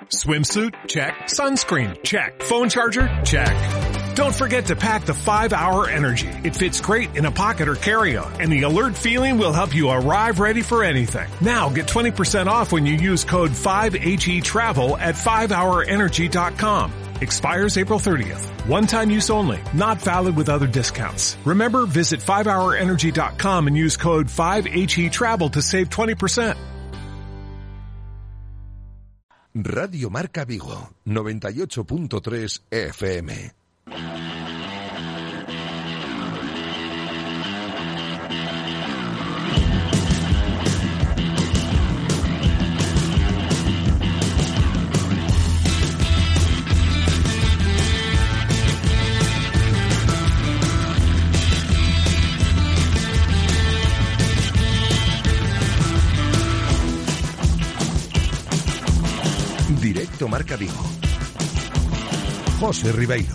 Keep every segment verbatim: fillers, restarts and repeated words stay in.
Swimsuit? Check. Sunscreen? Check. Phone charger? Check. Don't forget to pack the five hour Energy. It fits great in a pocket or carry-on, and the alert feeling will help you arrive ready for anything. Now get twenty percent off when you use code five H E travel at five hour energy dot com. Expires April thirtieth. One-time use only. Not valid with other discounts. Remember, visit five hour energy dot com and use code five H E travel to save twenty percent. Radio Marca Vigo, noventa y ocho punto tres F M. Directo Marca Vigo. José Ribeiro.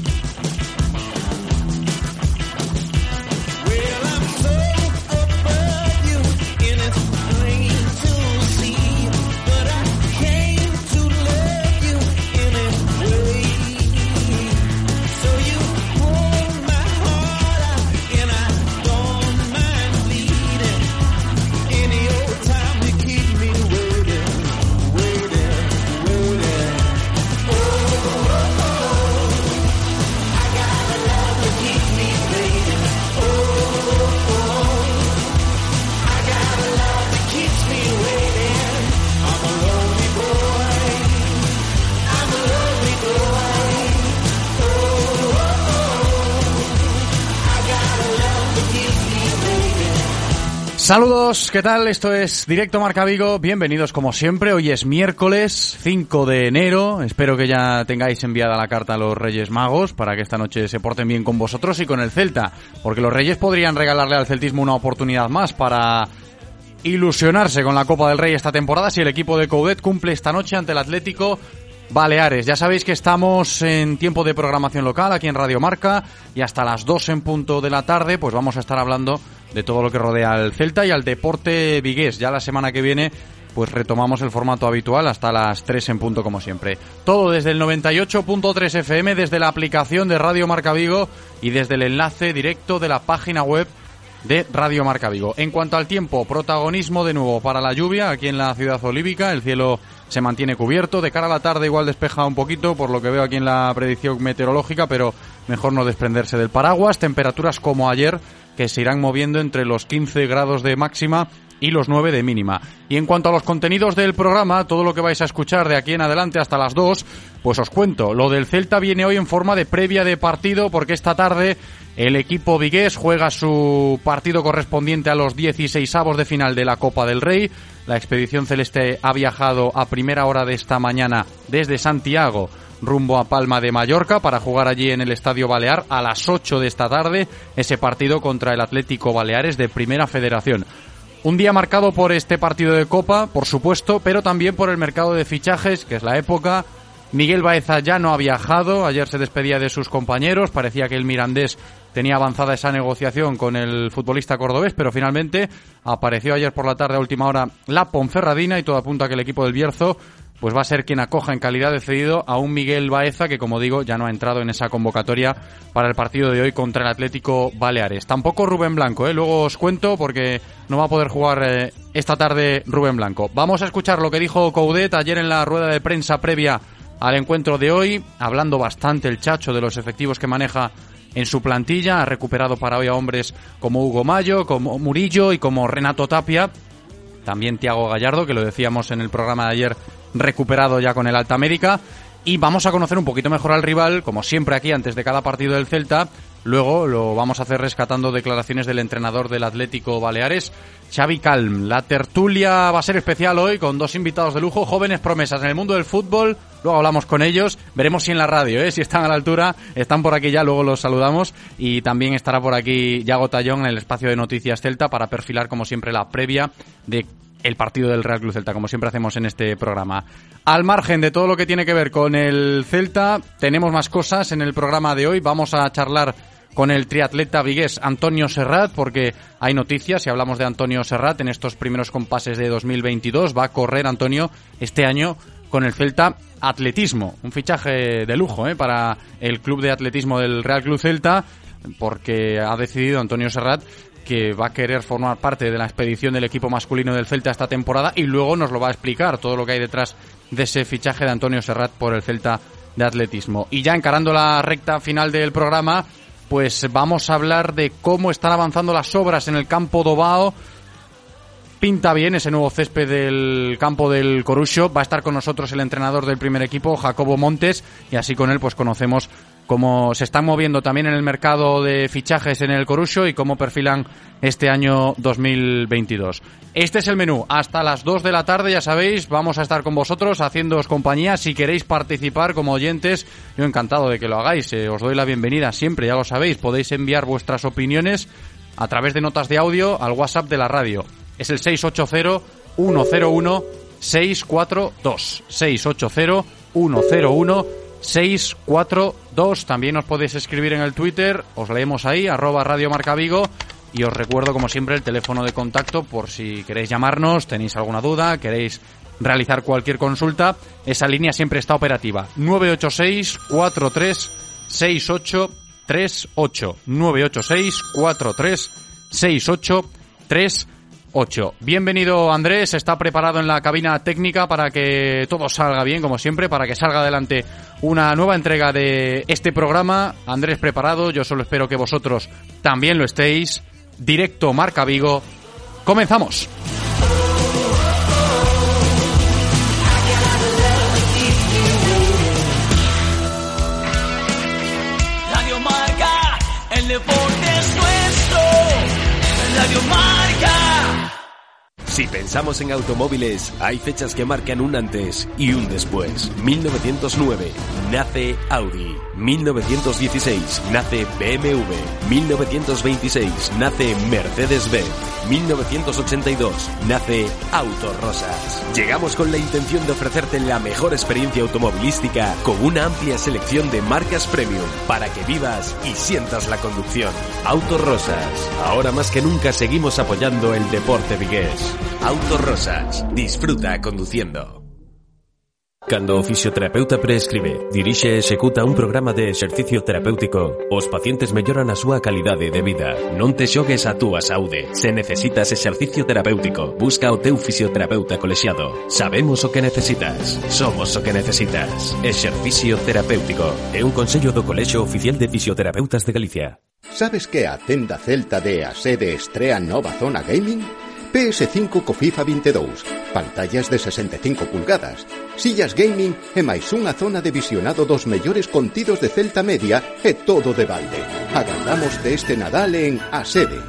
Saludos, ¿qué tal? Esto es Directo Marca Vigo, bienvenidos como siempre, hoy es miércoles cinco de enero, espero que ya tengáis enviada la carta a los Reyes Magos para que esta noche se porten bien con vosotros y con el Celta, porque los Reyes podrían regalarle al celtismo una oportunidad más para ilusionarse con la Copa del Rey esta temporada si el equipo de Coudet cumple esta noche ante el Atlético Baleares. Ya sabéis que estamos en tiempo de programación local aquí en Radio Marca y hasta las dos en punto de la tarde pues vamos a estar hablando de todo lo que rodea al Celta y al deporte vigués. Ya la semana que viene pues retomamos el formato habitual hasta las tres en punto como siempre. Todo desde el noventa y ocho punto tres F M, desde la aplicación de Radio Marca Vigo y desde el enlace directo de la página web de Radio Marca Vigo. En cuanto al tiempo, protagonismo de nuevo para la lluvia aquí en la ciudad olívica. El cielo se mantiene cubierto. De cara a la tarde igual despeja un poquito por lo que veo aquí en la predicción meteorológica, pero mejor no desprenderse del paraguas. Temperaturas como ayer que se irán moviendo entre los quince grados de máxima y los nueve de mínima. Y en cuanto a los contenidos del programa, todo lo que vais a escuchar de aquí en adelante hasta las dos, pues os cuento. Lo del Celta viene hoy en forma de previa de partido porque esta tarde el equipo vigués juega su partido correspondiente a los dieciseisavos de final de la Copa del Rey. La expedición celeste ha viajado a primera hora de esta mañana desde Santiago rumbo a Palma de Mallorca para jugar allí en el Estadio Balear a las ocho de esta tarde ese partido contra el Atlético Baleares de Primera Federación. Un día marcado por este partido de Copa, por supuesto, pero también por el mercado de fichajes, que es la época. Miguel Baeza ya no ha viajado, ayer se despedía de sus compañeros, parecía que el Mirandés tenía avanzada esa negociación con el futbolista cordobés, pero finalmente apareció ayer por la tarde a última hora la Ponferradina y todo apunta a que el equipo del Bierzo pues va a ser quien acoja en calidad de cedido a un Miguel Baeza que, como digo, ya no ha entrado en esa convocatoria para el partido de hoy contra el Atlético Baleares. Tampoco Rubén Blanco, ¿eh? Luego os cuento porque no va a poder jugar eh, esta tarde Rubén Blanco. Vamos a escuchar lo que dijo Coudet ayer en la rueda de prensa previa al encuentro de hoy, hablando bastante el Chacho de los efectivos que maneja en su plantilla. Ha recuperado para hoy a hombres como Hugo Mayo, como Murillo y como Renato Tapia. También Thiago Gallardo, que lo decíamos en el programa de ayer, recuperado ya con el Alta América. Y vamos a conocer un poquito mejor al rival, como siempre aquí antes de cada partido del Celta. Luego lo vamos a hacer rescatando declaraciones del entrenador del Atlético Baleares, Xavi Calm. La tertulia va a ser especial hoy con dos invitados de lujo, jóvenes promesas en el mundo del fútbol. Luego hablamos con ellos, veremos si en la radio, ¿eh? Si están a la altura, están por aquí ya, luego los saludamos. Y también estará por aquí Yago Tallón en el espacio de Noticias Celta para perfilar como siempre la previa de el partido del Real Club Celta, como siempre hacemos en este programa. Al margen de todo lo que tiene que ver con el Celta, tenemos más cosas en el programa de hoy. Vamos a charlar con el triatleta vigués Antonio Serrat, porque hay noticias y hablamos de Antonio Serrat en estos primeros compases de dos mil veintidós. Va a correr Antonio este año con el Celta Atletismo. Un fichaje de lujo, ¿eh? Para el club de atletismo del Real Club Celta, porque ha decidido Antonio Serrat que va a querer formar parte de la expedición del equipo masculino del Celta esta temporada, y luego nos lo va a explicar todo lo que hay detrás de ese fichaje de Antonio Serrat por el Celta de atletismo. Y ya encarando la recta final del programa, pues vamos a hablar de cómo están avanzando las obras en el campo do Bao. Pinta bien ese nuevo césped del campo del Coruxo. Va a estar con nosotros el entrenador del primer equipo, Jacobo Montes, y así con él pues conocemos cómo se están moviendo también en el mercado de fichajes en el Coruxo y cómo perfilan este año dos mil veintidós. Este es el menú. Hasta las dos de la tarde, ya sabéis, vamos a estar con vosotros haciéndoos compañía. Si queréis participar como oyentes, yo encantado de que lo hagáis. Eh, os doy la bienvenida siempre, ya lo sabéis. Podéis enviar vuestras opiniones a través de notas de audio al WhatsApp de la radio. Es el seis ocho cero, uno cero uno, seis cuatro dos. seis ocho cero, uno cero uno, seis cuatro dos. También os podéis escribir en el Twitter, os leemos ahí, arroba Radio Marca Vigo. Y os recuerdo, como siempre, el teléfono de contacto por si queréis llamarnos, tenéis alguna duda, queréis realizar cualquier consulta. Esa línea siempre está operativa. nueve ocho seis, cuatro tres, seis ocho tres ocho. nueve ocho seis, cuatro tres, seis ocho tres ocho. Bienvenido, Andrés. Está preparado en la cabina técnica para que todo salga bien, como siempre, para que salga adelante una nueva entrega de este programa. Andrés preparado, yo solo espero que vosotros también lo estéis. Directo Marca Vigo. Comenzamos. Radio Marca, el deporte es nuestro. Radio Marca. Si pensamos en automóviles, hay fechas que marcan un antes y un después. mil novecientos nueve, nace Audi. mil novecientos dieciséis, nace B M W. mil novecientos veintiséis, nace Mercedes-Benz. mil novecientos ochenta y dos, nace Autorosas. Llegamos con la intención de ofrecerte la mejor experiencia automovilística con una amplia selección de marcas premium para que vivas y sientas la conducción. Autorosas. Ahora más que nunca seguimos apoyando el deporte vigués. Autorosas. Disfruta conduciendo. Cando o fisioterapeuta prescribe, dirixe e executa un programa de exercicio terapéutico, os pacientes melloran a súa calidade de vida. Non te xogues a túa saúde. Se necesitas exercicio terapéutico, busca o teu fisioterapeuta colexiado. Sabemos o que necesitas. Somos o que necesitas. Exercicio terapéutico. É un consello do Colexio Oficial de Fisioterapeutas de Galicia. Sabes que a tenda Celta de A S E D estrea nova zona gaming? P S cinco co FIFA veintidós, pantallas de sesenta e cinco pulgadas, sillas gaming e máis unha zona de visionado dos mellores contidos de Celta Media e todo de balde. Agardamos de este Nadal en A S E D.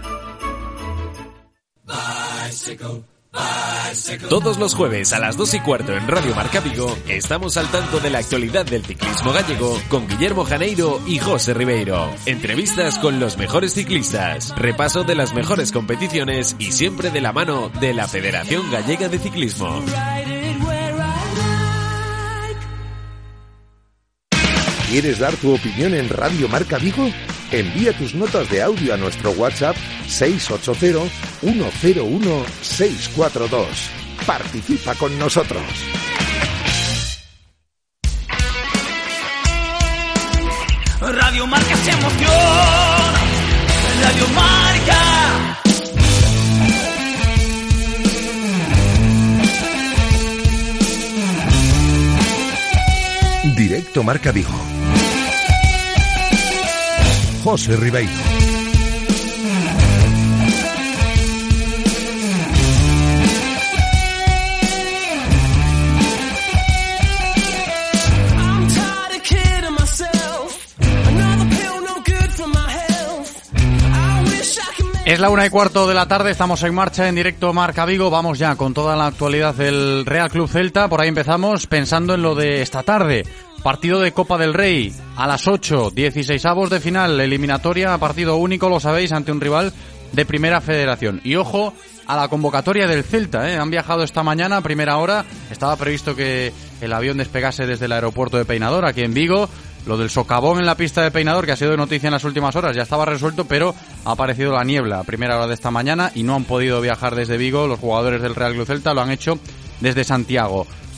Bicycle, bicycle. Todos los jueves a las dos y cuarto en Radio Marca Vigo estamos al tanto de la actualidad del ciclismo gallego con Guillermo Janeiro y José Ribeiro. Entrevistas con los mejores ciclistas, repaso de las mejores competiciones y siempre de la mano de la Federación Gallega de Ciclismo. ¿Quieres dar tu opinión en Radio Marca Vigo? Envía tus notas de audio a nuestro WhatsApp seis ocho cero, uno cero uno, seis cuatro dos. Participa con nosotros. Radio Marca se emociona. Radio Marca. Directo Marca Vigo. José Ribeiro. Es la una y cuarto de la tarde, estamos en marcha en Directo Marca Vigo. Vamos ya con toda la actualidad del Real Club Celta. Por ahí empezamos pensando en lo de esta tarde. Partido de Copa del Rey a las ocho, dieciseisavos de final, eliminatoria, partido único, lo sabéis, ante un rival de Primera Federación. Y ojo a la convocatoria del Celta, ¿eh? Han viajado esta mañana a primera hora, estaba previsto que el avión despegase desde el aeropuerto de Peinador, aquí en Vigo. Lo del socavón en la pista de Peinador, que ha sido noticia en las últimas horas, ya estaba resuelto, pero ha aparecido la niebla a primera hora de esta mañana y no han podido viajar desde Vigo. Los jugadores del Real Club Celta lo han hecho desde Santiago.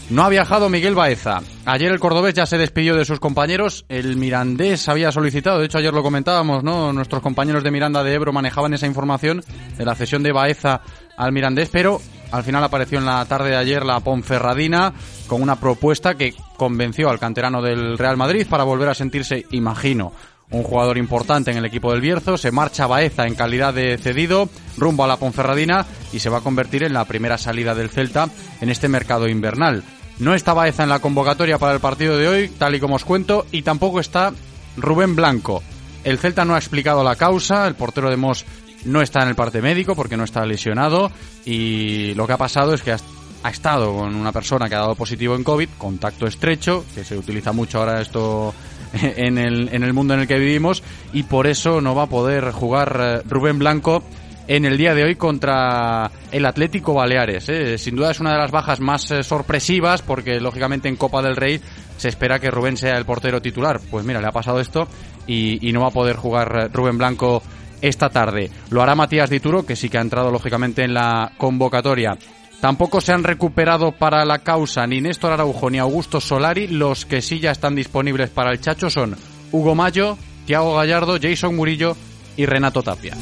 No ha viajado Miguel Baeza. Ayer el cordobés ya se despidió de sus compañeros. El mirandés había solicitado, de hecho ayer lo comentábamos, ¿no? Nuestros compañeros de Miranda de Ebro manejaban esa información de la cesión de Baeza al mirandés, pero al final apareció en la tarde de ayer la Ponferradina con una propuesta que convenció al canterano del Real Madrid para volver a sentirse, imagino, un jugador importante en el equipo del Bierzo. Se marcha Baeza en calidad de cedido rumbo a la Ponferradina y se va a convertir en la primera salida del Celta en este mercado invernal. No está Baeza en la convocatoria para el partido de hoy, tal y como os cuento, y tampoco está Rubén Blanco. El Celta no ha explicado la causa, el portero de Mos no está en el parte médico porque no está lesionado, y lo que ha pasado es que ha, ha estado con una persona que ha dado positivo en COVID, contacto estrecho, que se utiliza mucho ahora esto en el, en el mundo en el que vivimos, y por eso no va a poder jugar Rubén Blanco en el día de hoy contra el Atlético Baleares, ¿eh? Sin duda es una de las bajas más eh, sorpresivas, porque lógicamente en Copa del Rey se espera que Rubén sea el portero titular. Pues mira, le ha pasado esto y, y no va a poder jugar Rubén Blanco esta tarde. Lo hará Matías Dituro, que sí que ha entrado lógicamente en la convocatoria. Tampoco se han recuperado para la causa ni Néstor Araujo ni Augusto Solari. Los que sí ya están disponibles para el Chacho son Hugo Mayo, Thiago Gallardo, Jason Murillo y Renato Tapia.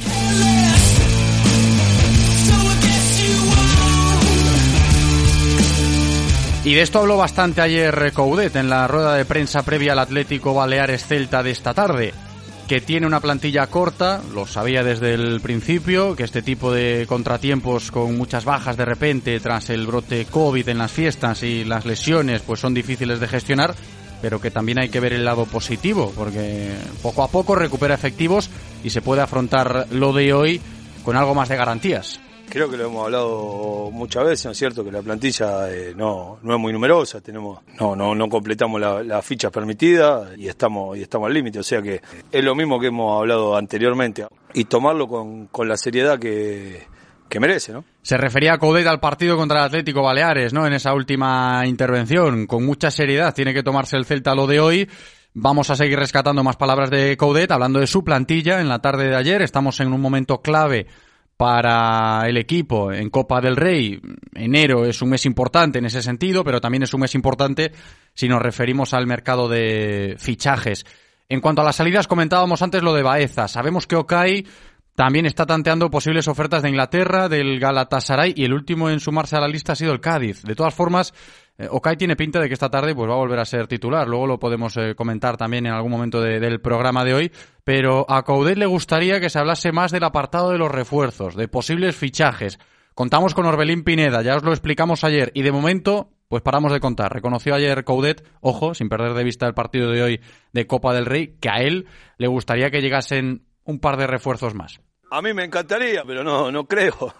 Y de esto habló bastante ayer Coudet en la rueda de prensa previa al Atlético Baleares Celta de esta tarde, que tiene una plantilla corta, lo sabía desde el principio, que este tipo de contratiempos con muchas bajas de repente tras el brote COVID en las fiestas y las lesiones pues son difíciles de gestionar, pero que también hay que ver el lado positivo, porque poco a poco recupera efectivos y se puede afrontar lo de hoy con algo más de garantías. Creo que lo hemos hablado muchas veces, ¿no es cierto? Que la plantilla eh, no no es muy numerosa, tenemos no no no completamos las la fichas permitidas y estamos y estamos al límite, o sea que es lo mismo que hemos hablado anteriormente y tomarlo con, con la seriedad que, que merece, ¿no? Se refería a Coudet al partido contra el Atlético Baleares, ¿no? En esa última intervención, con mucha seriedad tiene que tomarse el Celta lo de hoy. Vamos a seguir rescatando más palabras de Coudet, hablando de su plantilla en la tarde de ayer. Estamos en un momento clave para el equipo en Copa del Rey. Enero es un mes importante en ese sentido, pero también es un mes importante si nos referimos al mercado de fichajes. En cuanto a las salidas, comentábamos antes lo de Baeza. Sabemos que Okay también está tanteando posibles ofertas de Inglaterra, del Galatasaray, y el último en sumarse a la lista ha sido el Cádiz. De todas formas, eh, Okay tiene pinta de que esta tarde pues va a volver a ser titular. Luego lo podemos eh, comentar también en algún momento de, del programa de hoy. Pero a Coudet le gustaría que se hablase más del apartado de los refuerzos, de posibles fichajes. Contamos con Orbelín Pineda, ya os lo explicamos ayer, y de momento pues paramos de contar. Reconoció ayer Coudet, ojo, sin perder de vista el partido de hoy de Copa del Rey, que a él le gustaría que llegasen un par de refuerzos más. A mí me encantaría, pero no no creo.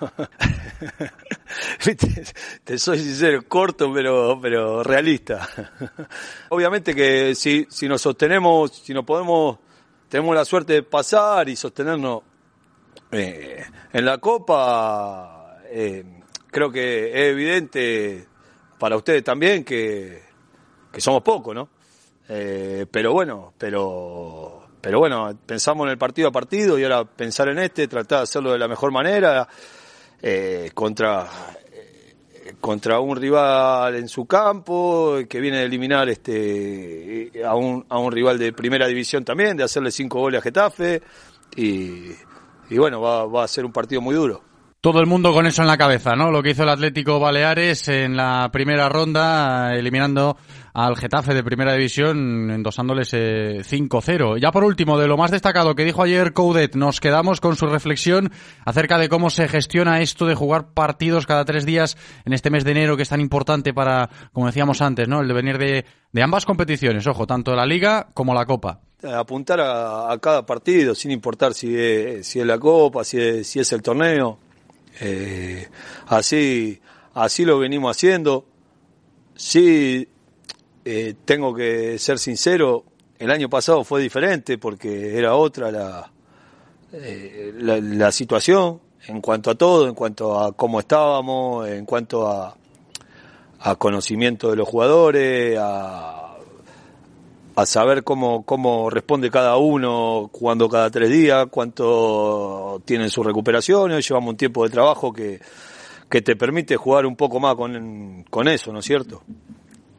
Te soy sincero, corto pero pero realista. Obviamente que si si nos sostenemos, si nos podemos, tenemos la suerte de pasar y sostenernos eh, en la Copa, eh, creo que es evidente para ustedes también que que somos pocos, ¿no? Eh, pero bueno, pero Pero bueno, pensamos en el partido a partido y ahora pensar en este, tratar de hacerlo de la mejor manera eh, contra eh, contra un rival en su campo que viene a eliminar este a un a un rival de primera división también, de hacerle cinco goles a Getafe y, y bueno, va, va a ser un partido muy duro. Todo el mundo con eso en la cabeza, ¿no? Lo que hizo el Atlético Baleares en la primera ronda, eliminando al Getafe de Primera División, endosándoles eh, cinco cero. Ya por último, de lo más destacado que dijo ayer Coudet, nos quedamos con su reflexión acerca de cómo se gestiona esto de jugar partidos cada tres días en este mes de enero, que es tan importante para, como decíamos antes, ¿no? El devenir de, de ambas competiciones, ojo, tanto la Liga como la Copa. Apuntar a, a cada partido, sin importar si es, si es la Copa, si es, si es el torneo. Eh, así así lo venimos haciendo. Sí, eh, tengo que ser sincero, el año pasado fue diferente porque era otra la, eh, la, la situación en cuanto a todo, en cuanto a cómo estábamos, en cuanto a, a conocimiento de los jugadores, a a saber cómo cómo responde cada uno, jugando cada tres días, cuánto tienen su recuperación. Hoy llevamos un tiempo de trabajo que, que te permite jugar un poco más con, con eso, ¿no es cierto?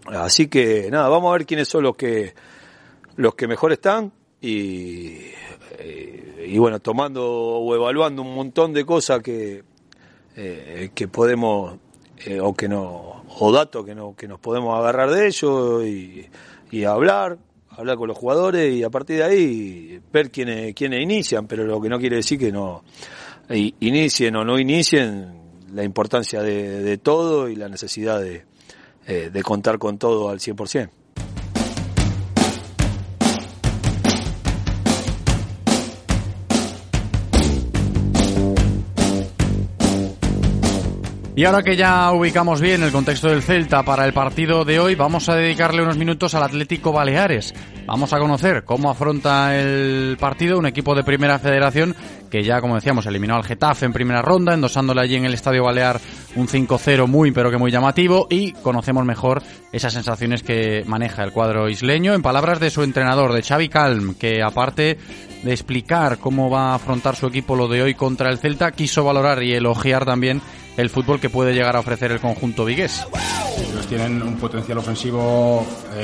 Así que nada, vamos a ver quiénes son los que los que mejor están y, y bueno, tomando o evaluando un montón de cosas que eh, que podemos eh, o que no o datos que no que nos podemos agarrar de ellos y, y hablar hablar con los jugadores y a partir de ahí ver quiénes quiénes inician, pero lo que no quiere decir que no inicien o no inicien, la importancia de, de todo y la necesidad de eh, de contar con todo al cien por ciento. Y ahora que ya ubicamos bien el contexto del Celta para el partido de hoy, vamos a dedicarle unos minutos al Atlético Baleares. Vamos a conocer cómo afronta el partido un equipo de Primera Federación que ya, como decíamos, eliminó al Getafe en primera ronda, endosándole allí en el Estadio Balear un cinco cero muy, pero que muy llamativo, y conocemos mejor esas sensaciones que maneja el cuadro isleño en palabras de su entrenador, de Xavi Calm, que aparte de explicar cómo va a afrontar su equipo lo de hoy contra el Celta, quiso valorar y elogiar también el fútbol que puede llegar a ofrecer el conjunto vigués. Ellos tienen un potencial ofensivo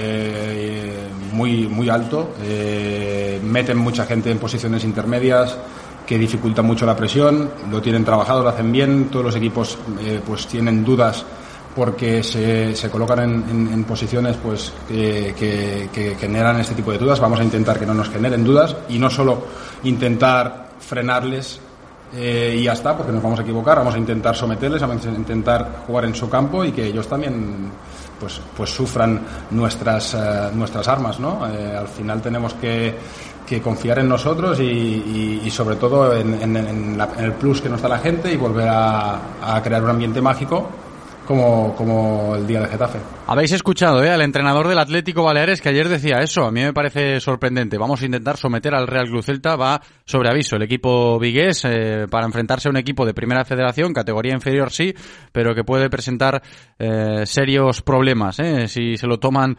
eh, muy, muy alto, eh, meten mucha gente en posiciones intermedias que dificultan mucho la presión, lo tienen trabajado, lo hacen bien, todos los equipos eh, pues tienen dudas porque se, se colocan en, en, en posiciones pues que, que, que generan este tipo de dudas. Vamos a intentar que no nos generen dudas y no solo intentar frenarles eh, y ya está, porque nos vamos a equivocar, vamos a intentar someterles, vamos a intentar jugar en su campo y que ellos también pues, pues sufran nuestras, uh, nuestras armas, ¿no? Eh, al final tenemos que que confiar en nosotros y, y, y sobre todo en, en, en, la, en el plus que nos da la gente y volver a, a crear un ambiente mágico como, como el día de Getafe. Habéis escuchado ¿eh? al entrenador del Atlético Baleares que ayer decía eso, a mí me parece sorprendente. Vamos a intentar someter al Real Club Celta, va sobre aviso el equipo vigués eh, para enfrentarse a un equipo de Primera Federación, categoría inferior sí, pero que puede presentar eh, serios problemas eh, si se lo toman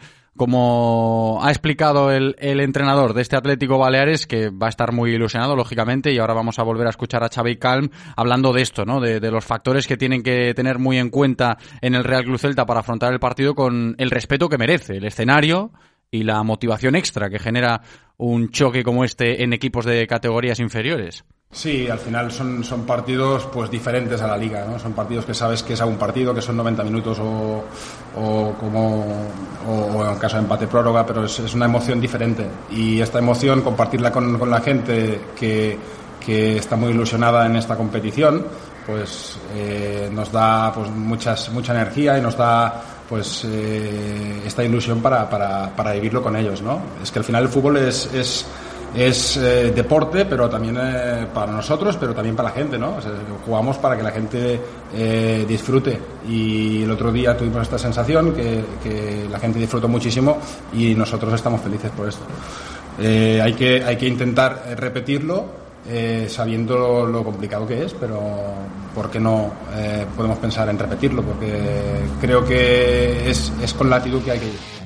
como ha explicado el, el entrenador de este Atlético Baleares, que va a estar muy ilusionado, lógicamente, y ahora vamos a volver a escuchar a Xavi Calm hablando de esto, ¿no? De, de los factores que tienen que tener muy en cuenta en el Real Club Celta para afrontar el partido con el respeto que merece, el escenario y la motivación extra que genera un choque como este en equipos de categorías inferiores. Sí, al final son, son partidos pues diferentes a la liga, ¿no? Son partidos que sabes que es a un partido, que son noventa minutos o, o como o, o en caso de empate prórroga, pero es, es una emoción diferente y esta emoción compartirla con, con la gente que, que está muy ilusionada en esta competición, pues eh, nos da pues muchas mucha energía y nos da pues eh, esta ilusión para, para, para vivirlo con ellos, ¿no? Es que al final el fútbol es, es Es eh, deporte, pero también eh, para nosotros, pero también para la gente, ¿no? O sea, jugamos para que la gente eh, disfrute. Y el otro día tuvimos esta sensación que, que la gente disfrutó muchísimo y nosotros estamos felices por esto. Eh, hay que hay que intentar repetirlo eh, sabiendo lo, lo complicado que es, pero ¿por qué no eh, podemos pensar en repetirlo? Porque creo que es, es con la actitud que hay que ir.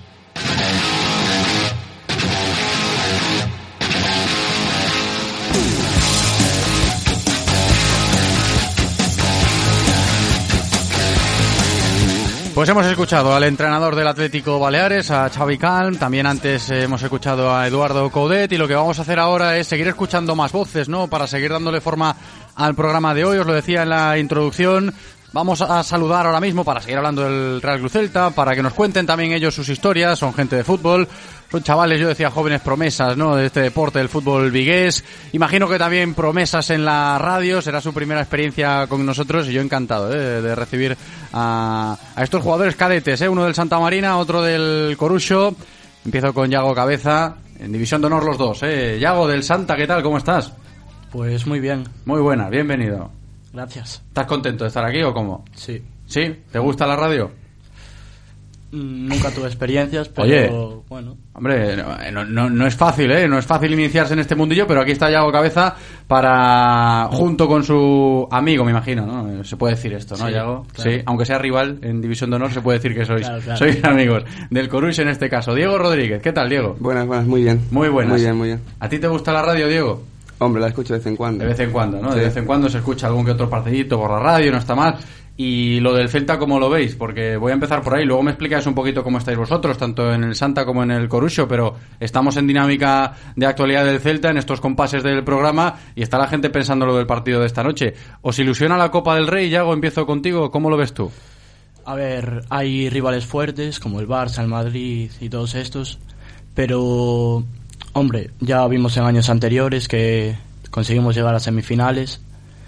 Pues hemos escuchado al entrenador del Atlético Baleares, a Xavi Calm, también antes hemos escuchado a Eduardo Coudet y lo que vamos a hacer ahora es seguir escuchando más voces, ¿no? Para seguir dándole forma al programa de hoy, os lo decía en la introducción. Vamos a saludar ahora mismo para seguir hablando del Real Club Celta, para que nos cuenten también ellos sus historias, son gente de fútbol, son chavales, yo decía jóvenes promesas, ¿no? De este deporte del fútbol vigués. Imagino que también promesas en la radio, será su primera experiencia con nosotros y yo encantado ¿eh? de recibir a, a estos jugadores cadetes, ¿eh? Uno del Santa Marina, otro del Corucho. Empiezo con Yago Cabeza, en División de Honor los dos, ¿eh? Yago del Santa, ¿qué tal? ¿Cómo estás? Pues muy bien. Muy buena, bienvenido. Gracias. ¿Estás contento de estar aquí o cómo? Sí. ¿Sí? ¿Te gusta la radio? Nunca tuve experiencias, pero Oye, bueno. Hombre, no, no, no es fácil, ¿eh? No es fácil iniciarse en este mundillo, pero aquí está Yago Cabeza para, junto con su amigo, me imagino, ¿no? Se puede decir esto, ¿no, sí, Yago? claro. Sí, aunque sea rival en División de Honor, se puede decir que sois, claro, claro. sois amigos del Corucho en este caso. Diego Rodríguez, ¿qué tal, Diego? Buenas, buenas, muy bien. Muy buenas. Muy bien, muy bien. ¿A ti te gusta la radio, Diego? Hombre, la escucho de vez en cuando. De vez en cuando, ¿no? Sí. De vez en cuando se escucha algún que otro partidito por la radio, no está mal. Y lo del Celta, ¿cómo lo veis? Porque voy a empezar por ahí, luego me explicáis un poquito cómo estáis vosotros, tanto en el Santa como en el Coruxo, pero estamos en dinámica de actualidad del Celta, en estos compases del programa, y está la gente pensando lo del partido de esta noche. ¿Os ilusiona la Copa del Rey? Yago, empiezo contigo, ¿cómo lo ves tú? A ver, hay rivales fuertes como el Barça, el Madrid y todos estos, pero, hombre, ya vimos en años anteriores que conseguimos llegar a semifinales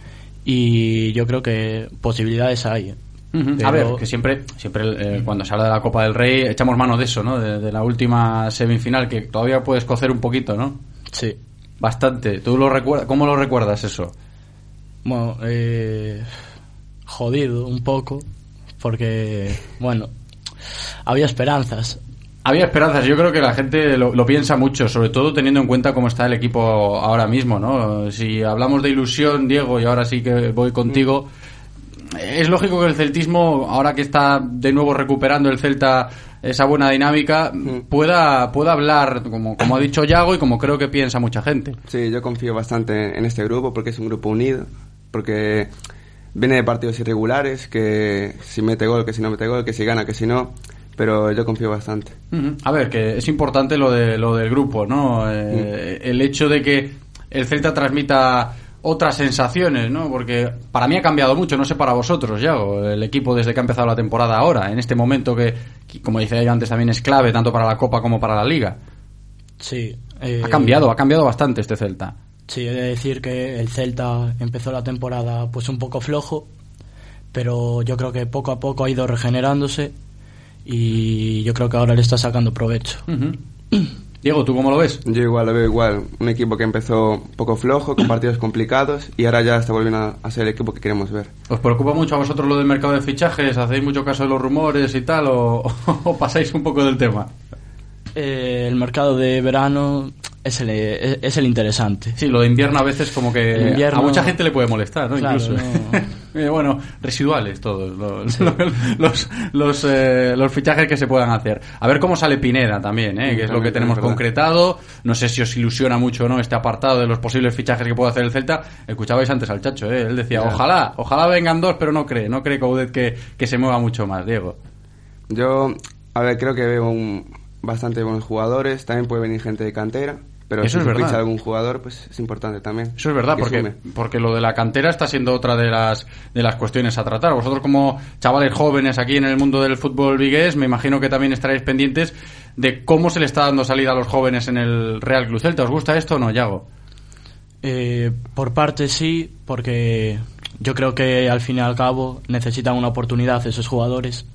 y yo creo que posibilidades hay. Uh-huh. Pero... A ver, que siempre siempre eh, cuando se habla de la Copa del Rey echamos mano de eso, ¿no? De, de la última semifinal, que todavía puedes cocer un poquito, ¿no? Sí. Bastante. ¿Tú lo recuerdas? ¿Cómo lo recuerdas eso? Bueno, eh, jodido un poco, porque, bueno, había esperanzas. Había esperanzas, yo creo que la gente lo, lo piensa mucho, sobre todo teniendo en cuenta cómo está el equipo ahora mismo, ¿no? Si hablamos de ilusión, Diego, y ahora sí que voy contigo, es lógico que el celtismo, ahora que está de nuevo recuperando el Celta esa buena dinámica, pueda pueda hablar, como, como ha dicho Yago, y como creo que piensa mucha gente. Sí, yo confío bastante en este grupo, porque es un grupo unido, porque viene de partidos irregulares, que si mete gol, que si no mete gol, que si gana, que si no... pero yo confío bastante. Uh-huh. A ver, que es importante lo de lo del grupo, ¿no? Eh, uh-huh. El hecho de que el Celta transmita otras sensaciones, ¿no? Porque para mí ha cambiado mucho, no sé para vosotros, Yago, el equipo desde que ha empezado la temporada ahora, en este momento que, como decía yo antes, también es clave tanto para la Copa como para la Liga. Sí. Eh, ha cambiado, ha cambiado bastante este Celta. Sí, he de decir que el Celta empezó la temporada pues un poco flojo, pero yo creo que poco a poco ha ido regenerándose y yo creo que ahora le está sacando provecho. Uh-huh. Diego, ¿tú cómo lo ves? Yo igual lo veo igual, un equipo que empezó un poco flojo, con partidos complicados, y ahora ya está volviendo a, a ser el equipo que queremos ver. ¿Os preocupa mucho a vosotros lo del mercado de fichajes? ¿Hacéis mucho caso de los rumores y tal, o, o pasáis un poco del tema? Eh, el mercado de verano es el, es el interesante. Sí, lo de invierno a veces como que invierno... a mucha gente le puede molestar, ¿no? Claro, Incluso. No. eh, bueno, residuales todos los sí. los los, los, eh, los fichajes que se puedan hacer. A ver cómo sale Pineda también, ¿eh? Que es lo que tenemos concretado. No sé si os ilusiona mucho o no este apartado de los posibles fichajes que puede hacer el Celta. Escuchabais antes al Chacho, ¿eh? Él decía, claro. ojalá, ojalá vengan dos, pero no cree, no cree Coudet que, que se mueva mucho más, Diego. Yo, a ver, creo que veo un, bastante buenos jugadores, también puede venir gente de cantera. Pero eso si es se verdad. ficha algún jugador, pues es importante también. Eso es verdad, porque, porque lo de la cantera está siendo otra de las de las cuestiones a tratar. Vosotros como chavales jóvenes aquí en el mundo del fútbol vigués, me imagino que también estaréis pendientes de cómo se le está dando salida a los jóvenes en el Real Club Celta. ¿Os gusta esto o no, Yago? Eh, por parte sí, porque yo creo que al fin y al cabo necesitan una oportunidad esos jugadores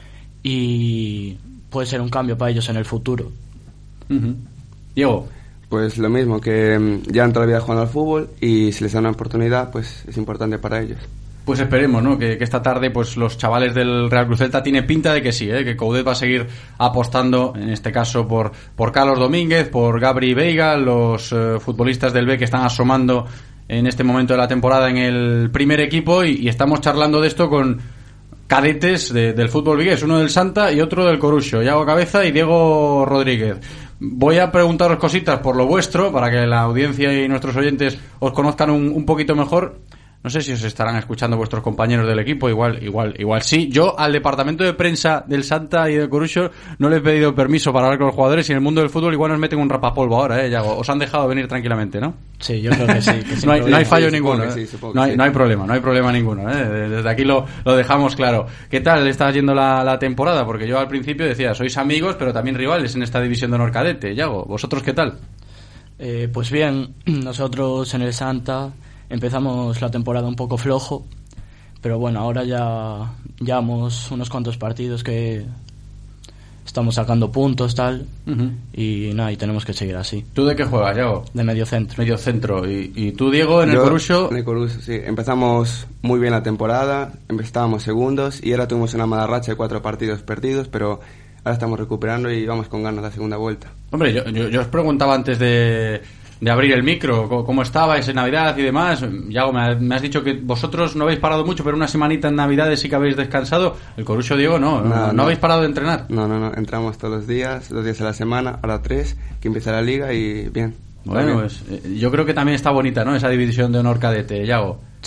y puede ser un cambio para ellos en el futuro. Uh-huh. Diego. Pues lo mismo, que llevan toda la vida jugando al fútbol y si les da una oportunidad, pues es importante para ellos. Pues esperemos, ¿no? Que, que esta tarde pues los chavales del Real Cruz Celta tiene pinta de que sí, ¿eh? Que Coudet va a seguir apostando, en este caso por, por Carlos Domínguez, por Gabri Veiga, los eh, futbolistas del B que están asomando en este momento de la temporada en el primer equipo y, y estamos charlando de esto con cadetes de, del fútbol vigués, uno del Santa y otro del Coruxo, Yago Cabeza y Diego Rodríguez. Voy a preguntaros cositas por lo vuestro, para que la audiencia y nuestros oyentes os conozcan un, un poquito mejor. No sé si os estarán escuchando vuestros compañeros del equipo, igual igual igual sí. Yo al departamento de prensa del Santa y del Coruxo no le he pedido permiso para hablar con los jugadores y en el mundo del fútbol igual nos meten un rapapolvo ahora, ¿eh, Yago? Os han dejado venir tranquilamente, ¿no? Sí, yo creo que sí. Que no, hay, no hay fallo sí, ninguno, ¿eh? Sí, no, hay, sí. no hay problema, no hay problema ninguno, ¿eh? Desde aquí lo, lo dejamos claro. ¿Qué tal está yendo la, la temporada? Porque yo al principio decía, sois amigos, pero también rivales en esta división de honor cadete. Yago, ¿vosotros qué tal? Eh, pues bien, nosotros en el Santa empezamos la temporada un poco flojo, pero bueno, ahora ya llevamos unos cuantos partidos que estamos sacando puntos, tal, uh-huh. y nada, y tenemos que seguir así. ¿Tú de qué juegas, Yago? De medio centro. Medio centro. ¿Y, y tú, Diego, en Yo, el Coruxo? En el Coruxo, sí. Empezamos muy bien la temporada, estábamos segundos y ahora tuvimos una mala racha de cuatro partidos perdidos, pero ahora estamos recuperando y vamos con ganas la segunda vuelta. Hombre, yo, yo, yo os preguntaba antes de... de abrir el micro, cómo estabais en Navidad y demás. Yago, me has dicho que vosotros no habéis parado mucho, pero una semanita en Navidades sí que habéis descansado. El Coruxo, Diego, no, no, no, no, no habéis parado de entrenar. No, no, no, entramos todos los días, dos días a la semana, ahora tres, que empieza la liga y bien. Bueno, bien. Pues yo creo que también está bonita, ¿no? Esa división de honor cadete, Yago. Sí,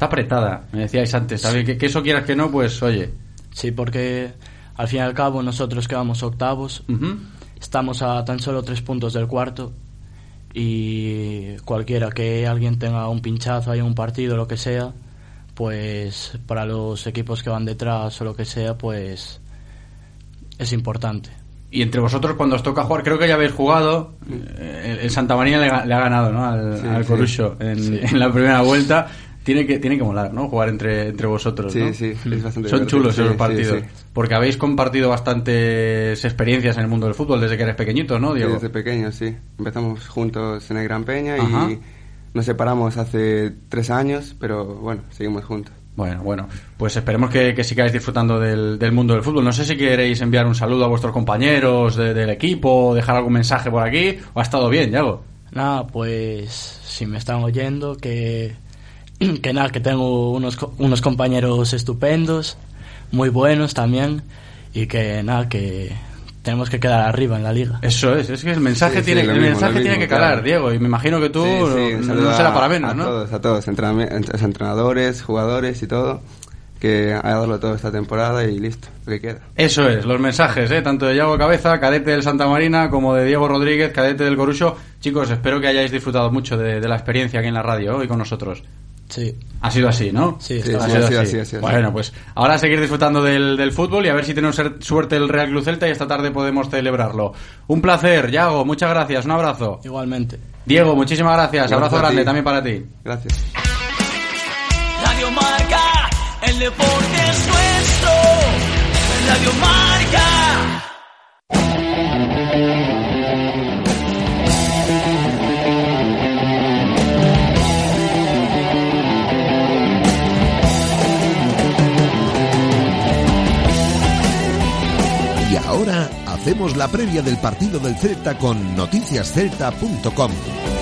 Está apretada, me decíais antes, ¿sabes? Que, que eso quieras que no, pues oye. Sí, porque al fin y al cabo nosotros quedamos octavos, uh-huh. Estamos a tan solo tres puntos del cuarto y cualquiera que alguien tenga un pinchazo, haya un partido, lo que sea, pues para los equipos que van detrás o lo que sea, pues es importante. Y entre vosotros, cuando os toca jugar, creo que ya habéis jugado, el, el Santa María le, le ha ganado, ¿no? Al, sí, al Corucho sí. en, sí. en la primera vuelta. Tiene que tiene que molar, ¿no? Jugar entre entre vosotros, ¿no? Sí, sí, es bastante Son chulos sí, esos partidos. Sí, sí. Porque habéis compartido bastantes experiencias en el mundo del fútbol desde que eres pequeñito, ¿no, Diego? Sí, desde pequeño, sí. Empezamos juntos en el Gran Peña. Ajá. Y nos separamos hace tres años, pero bueno, seguimos juntos. Bueno, bueno, pues esperemos que, que sigáis disfrutando del, del mundo del fútbol. No sé si queréis enviar un saludo a vuestros compañeros de, del equipo, dejar algún mensaje por aquí, o ha estado bien, Yago. Nada, pues si me están oyendo, que, que nada, que tengo unos, unos compañeros estupendos, muy buenos también, y que nada, que tenemos que quedar arriba en la liga. Eso es, es que el mensaje sí, tiene, sí, el mismo, mensaje mismo, tiene que calar, claro. Diego, y me imagino que tú sí, sí, no, no será para menos, a ¿no? A todos, a todos, entrenadores, jugadores y todo, que a darlo todo esta temporada y listo, lo que queda. Eso es, los mensajes, ¿eh? Tanto de Yago Cabeza, cadete del Santa Marina, como de Diego Rodríguez, cadete del Corucho. Chicos, espero que hayáis disfrutado mucho de, de la experiencia aquí en la radio hoy con nosotros. Sí. Ha sido así, ¿no? Sí, sí, ha sí, sido así, así. así, así. Bueno, pues ahora a seguir disfrutando del, del fútbol y a ver si tenemos suerte el Real Club Celta y esta tarde podemos celebrarlo. Un placer, Yago, muchas gracias, un abrazo. Igualmente. Diego, muchísimas gracias, gracias abrazo grande también para ti. Gracias. Radio Marca, el deporte es nuestro. Radio Marca. Y ahora hacemos la previa del partido del Celta con noticias celta punto com.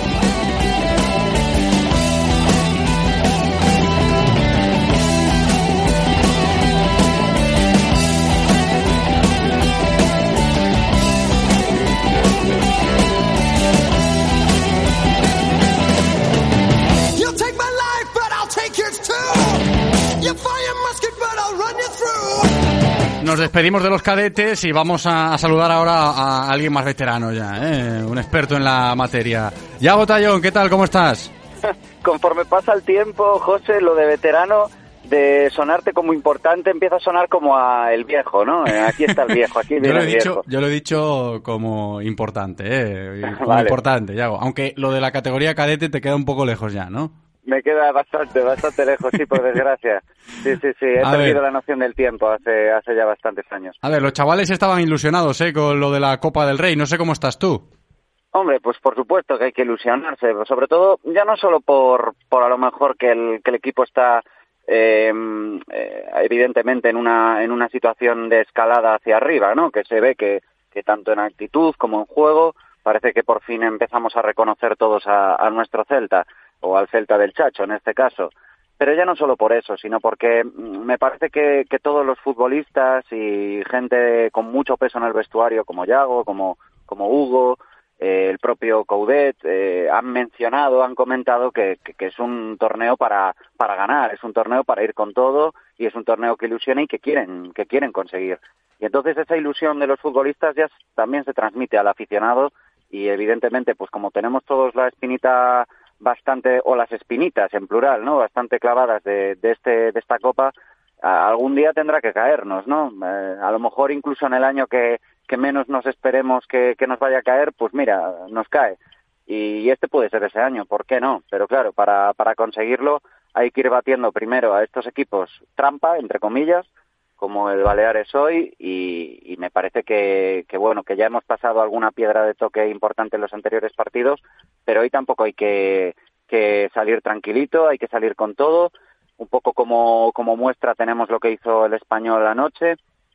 Nos despedimos de los cadetes y vamos a, a saludar ahora a, a alguien más veterano ya, ¿eh? Un experto en la materia. Yago Tallón, ¿qué tal? ¿Cómo estás? Conforme pasa el tiempo, José, lo de veterano, de sonarte como importante, empieza a sonar como a el viejo, ¿no? Aquí está el viejo, aquí viene yo lo he el dicho, viejo. Yo lo he dicho como importante, ¿eh? Como vale. importante, Yago. Aunque lo de la categoría cadete te queda un poco lejos ya, ¿no? Me queda bastante, bastante lejos, sí, por desgracia. Sí, sí, sí, he a perdido ver. la noción del tiempo hace hace ya bastantes años. A ver, los chavales estaban ilusionados, ¿eh? Con lo de la Copa del Rey. No sé cómo estás tú. Hombre, pues por supuesto que hay que ilusionarse, sobre todo ya no solo por por a lo mejor que el que el equipo está eh, eh, evidentemente en una en una situación de escalada hacia arriba, ¿no? Que se ve que que tanto en actitud como en juego parece que por fin empezamos a reconocer todos a, a nuestro Celta, o al Celta del Chacho en este caso. Pero ya no solo por eso, sino porque me parece que, que todos los futbolistas y gente con mucho peso en el vestuario, como Yago, como, como Hugo, eh, el propio Coudet, eh, han mencionado, han comentado que, que, que es un torneo para, para ganar, es un torneo para ir con todo y es un torneo que ilusiona y que quieren, que quieren conseguir. Y entonces esa ilusión de los futbolistas ya también se transmite al aficionado y evidentemente, pues como tenemos todos la espinita bastante, o las espinitas en plural, ¿no? Bastante clavadas de, de este, de esta copa, a, algún día tendrá que caernos, ¿no? Eh, a lo mejor incluso en el año que, que menos nos esperemos que, que nos vaya a caer, pues mira, nos cae. Y, y este puede ser ese año, ¿por qué no? Pero claro, para, para conseguirlo hay que ir batiendo primero a estos equipos trampa, entre comillas, como el Baleares hoy, y, y me parece que, que bueno, que ya hemos pasado alguna piedra de toque importante en los anteriores partidos, pero hoy tampoco hay que, que salir tranquilito, hay que salir con todo. Un poco como, como muestra tenemos lo que hizo el Español anoche,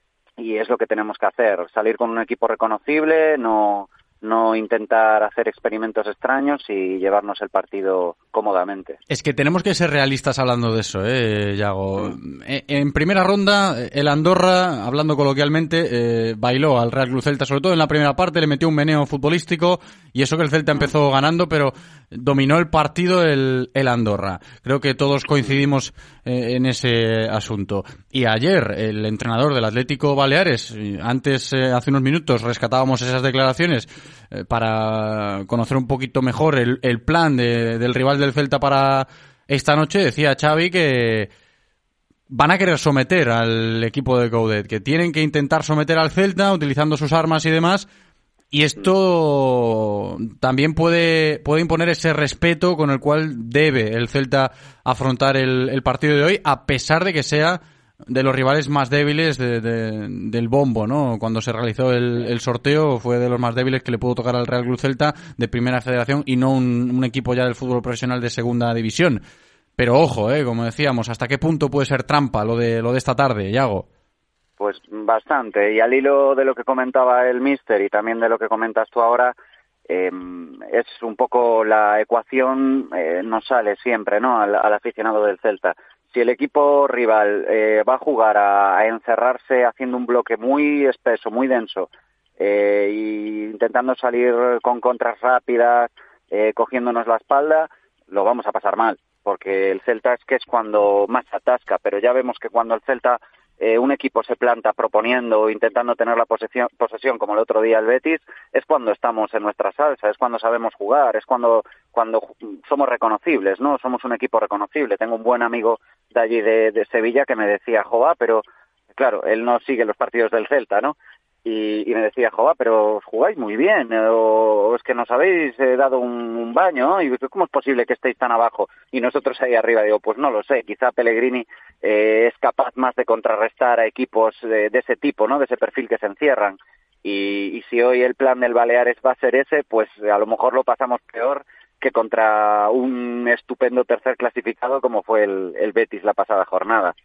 y es lo que tenemos que hacer, salir con un equipo reconocible, no, no intentar hacer experimentos extraños y llevarnos el partido cómodamente. Es que tenemos que ser realistas hablando de eso, ¿eh, Yago? Mm. En primera ronda, el Andorra, hablando coloquialmente, eh, bailó al Real Club Celta, sobre todo en la primera parte, le metió un meneo futbolístico y eso que el Celta empezó ganando, pero dominó el partido el, el Andorra. Creo que todos coincidimos eh, en ese asunto. Y ayer el entrenador del Atlético Baleares, antes, eh, hace unos minutos, rescatábamos esas declaraciones eh, para conocer un poquito mejor el, el plan de, del rival del Celta para esta noche. Decía Xavi que van a querer someter al equipo de Coudet, que tienen que intentar someter al Celta utilizando sus armas y demás, y esto también puede, puede imponer ese respeto con el cual debe el Celta afrontar el, el partido de hoy, a pesar de que sea de los rivales más débiles de, de, del bombo, ¿no? Cuando se realizó el, el sorteo fue de los más débiles que le pudo tocar al Real Club Celta de Primera Federación y no un, un equipo ya del fútbol profesional de Segunda División. Pero ojo, eh, como decíamos, ¿hasta qué punto puede ser trampa lo de lo de esta tarde, Yago? Pues bastante. Y al hilo de lo que comentaba el míster y también de lo que comentas tú ahora, eh, es un poco la ecuación, eh, no sale siempre, ¿no? Al, al aficionado del Celta. Si el equipo rival eh, va a jugar a, a encerrarse haciendo un bloque muy espeso, muy denso, eh, y intentando salir con contras rápidas, eh, cogiéndonos la espalda, lo vamos a pasar mal. Porque el Celta es que es cuando más atasca, pero ya vemos que cuando el Celta, eh, un equipo se planta proponiendo o intentando tener la posesión, posesión, como el otro día el Betis, es cuando estamos en nuestra salsa, es cuando sabemos jugar, es cuando cuando somos reconocibles, ¿no? Somos un equipo reconocible. Tengo un buen amigo de allí de, de Sevilla que me decía, jova, pero claro, él no sigue los partidos del Celta, ¿no? Y, y me decía, jova, pero jugáis muy bien, o, o es que nos habéis eh, dado un, un baño, ¿no? Y ¿cómo es posible que estéis tan abajo y nosotros ahí arriba? Digo, pues no lo sé, quizá Pellegrini eh, es capaz más de contrarrestar a equipos de, de ese tipo, ¿no? De ese perfil que se encierran. Y, y si hoy el plan del Baleares va a ser ese, pues a lo mejor lo pasamos peor que contra un estupendo tercer clasificado como fue el, el Betis la pasada jornada.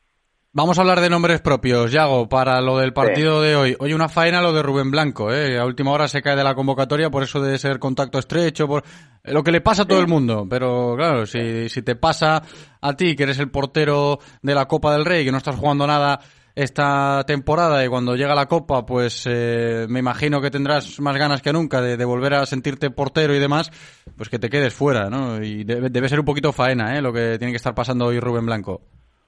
Vamos a hablar de nombres propios, Yago, para lo del partido sí. de hoy. Oye, una faena lo de Rubén Blanco, ¿eh? A última hora se cae de la convocatoria por eso de ser contacto estrecho, por lo que le pasa a todo sí. el mundo. Pero claro, si, si te pasa a ti, que eres el portero de la Copa del Rey, que no estás jugando nada esta temporada y cuando llega la Copa, pues eh, me imagino que tendrás más ganas que nunca de, de volver a sentirte portero y demás, pues que te quedes fuera, ¿no? Y debe, debe ser un poquito faena, ¿eh? Lo que tiene que estar pasando hoy Rubén Blanco.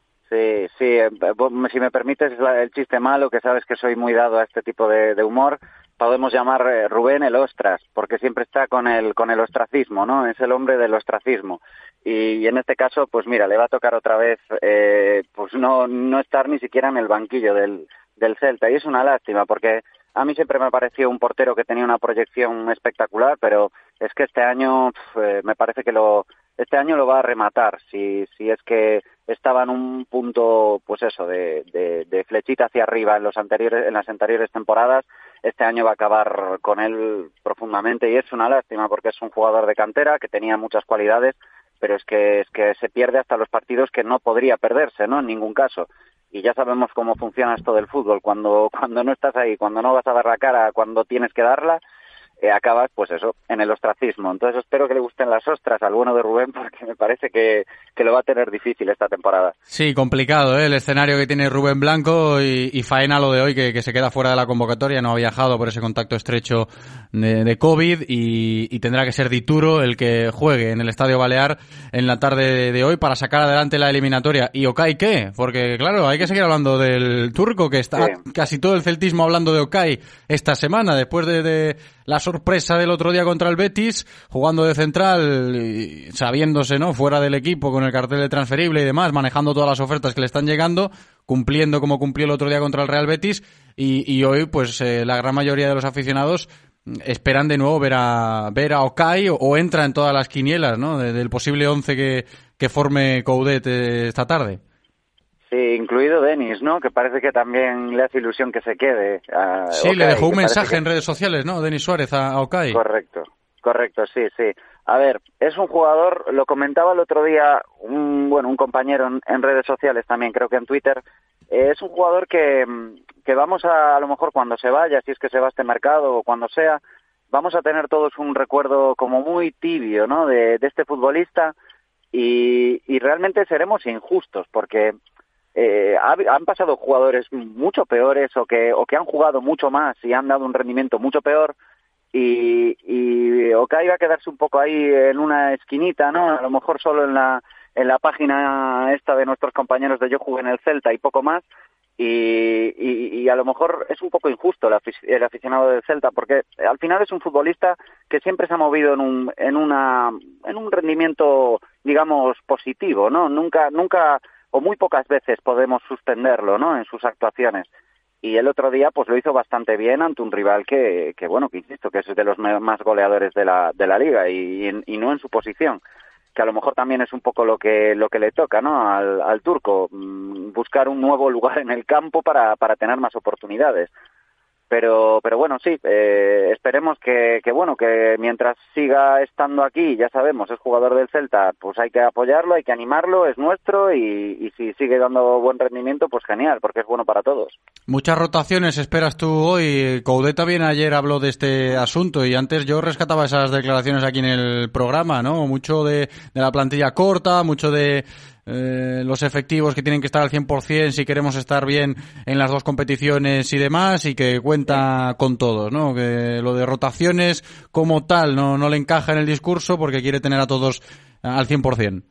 Sí, sí, si me permites el chiste malo, que sabes que soy muy dado a este tipo de, de humor, podemos llamar Rubén el ostras, porque siempre está con el con el ostracismo, ¿no? Es el hombre del ostracismo. Y, y en este caso, pues mira, le va a tocar otra vez eh, pues no no estar ni siquiera en el banquillo del, del Celta. Y es una lástima, porque a mí siempre me pareció un portero que tenía una proyección espectacular, pero es que este año eh, me parece que lo este año lo va a rematar, si si es que estaba en un punto, pues eso, de, de, de flechita hacia arriba en los anteriores en las anteriores temporadas, este año va a acabar con él profundamente y es una lástima porque es un jugador de cantera que tenía muchas cualidades, pero es que es que se pierde hasta los partidos que no podría perderse, ¿no? En ningún caso. Y ya sabemos cómo funciona esto del fútbol, cuando cuando no estás ahí, cuando no vas a dar la cara, cuando tienes que darla, Eh, acabas, pues eso, en el ostracismo. Entonces espero que le gusten las ostras al bueno de Rubén, porque me parece que, que lo va a tener difícil esta temporada. Sí, complicado, ¿eh? El escenario que tiene Rubén Blanco y, y faena lo de hoy, que, que se queda fuera de la convocatoria, no ha viajado por ese contacto estrecho de, de COVID y, y tendrá que ser Dituro el que juegue en el Estadio Balear en la tarde de, de hoy para sacar adelante la eliminatoria. ¿Y Okay qué? Porque claro, hay que seguir hablando del turco, que está sí. casi todo el celtismo hablando de Okay esta semana, después de, de la sorpresa del otro día contra el Betis, jugando de central, y sabiéndose, ¿no?, fuera del equipo con el cartel de transferible y demás, manejando todas las ofertas que le están llegando, cumpliendo como cumplió el otro día contra el Real Betis, y, y hoy, pues, eh, la gran mayoría de los aficionados esperan de nuevo ver a ver a Okay o, o entra en todas las quinielas, ¿no?, de, del posible once que, que forme Coudet eh, esta tarde. Sí, incluido Denis, ¿no? Que parece que también le hace ilusión que se quede. A sí, Okay, le dejó un mensaje que... en redes sociales, ¿no? Denis Suárez a, a Okay. Correcto, correcto, sí, sí. A ver, es un jugador, lo comentaba el otro día un bueno un compañero en, en redes sociales también, creo que en Twitter, eh, es un jugador que, que vamos a, a lo mejor cuando se vaya, si es que se va a este mercado o cuando sea, vamos a tener todos un recuerdo como muy tibio, ¿no? De, de este futbolista y, y realmente seremos injustos porque Eh, ha, han pasado jugadores mucho peores o que o que han jugado mucho más y han dado un rendimiento mucho peor y, y Okay va a quedarse un poco ahí en una esquinita, ¿no? A lo mejor solo en la en la página esta de nuestros compañeros de Yo jugué en el Celta y poco más, y, y, y a lo mejor es un poco injusto el, afic- el aficionado del Celta, porque al final es un futbolista que siempre se ha movido en un en una en un rendimiento, digamos, positivo, ¿no? Nunca nunca o muy pocas veces podemos suspenderlo, ¿no? En sus actuaciones. Y el otro día pues lo hizo bastante bien ante un rival que, que bueno, que insisto, que es de los más goleadores de la de la liga y, y, y no en su posición, que a lo mejor también es un poco lo que lo que le toca, ¿no? Al, al turco, buscar un nuevo lugar en el campo para, para tener más oportunidades. Pero, pero bueno, sí, eh, esperemos que, que, bueno, que mientras siga estando aquí, ya sabemos, es jugador del Celta, pues hay que apoyarlo, hay que animarlo, es nuestro, y, y si sigue dando buen rendimiento, pues genial, porque es bueno para todos. Muchas rotaciones esperas tú hoy. Coudet también ayer habló de este asunto y antes yo rescataba esas declaraciones aquí en el programa, ¿no? Mucho de, de la plantilla corta, mucho de eh, los efectivos que tienen que estar al cien por ciento si queremos estar bien en las dos competiciones y demás, y que cuenta con todos, ¿no? Que lo de rotaciones como tal no, no le encaja en el discurso porque quiere tener a todos al cien por ciento.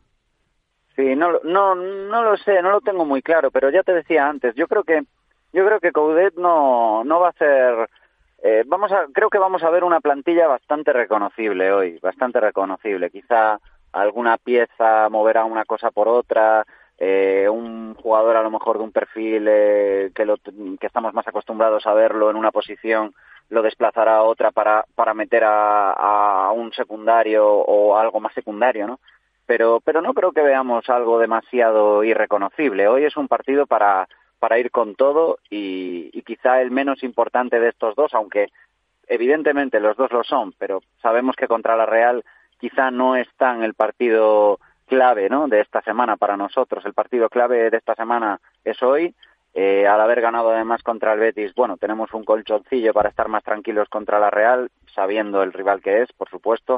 Sí, no, no, no lo sé, no lo tengo muy claro, pero ya te decía antes, yo creo que Yo creo que Coudet no, no va a hacer... Eh, vamos a, creo que vamos a ver una plantilla bastante reconocible hoy, bastante reconocible. Quizá alguna pieza moverá una cosa por otra, eh, un jugador a lo mejor de un perfil eh, que, lo, que estamos más acostumbrados a verlo en una posición, lo desplazará a otra para, para meter a, a un secundario o algo más secundario, ¿no? Pero, pero no creo que veamos algo demasiado irreconocible. Hoy es un partido para... para ir con todo y, y quizá el menos importante de estos dos, aunque evidentemente los dos lo son, pero sabemos que contra la Real quizá no es tan el partido clave, ¿no?, de esta semana para nosotros. El partido clave de esta semana es hoy. Eh, al haber ganado además contra el Betis, bueno, tenemos un colchoncillo para estar más tranquilos contra la Real, sabiendo el rival que es, por supuesto,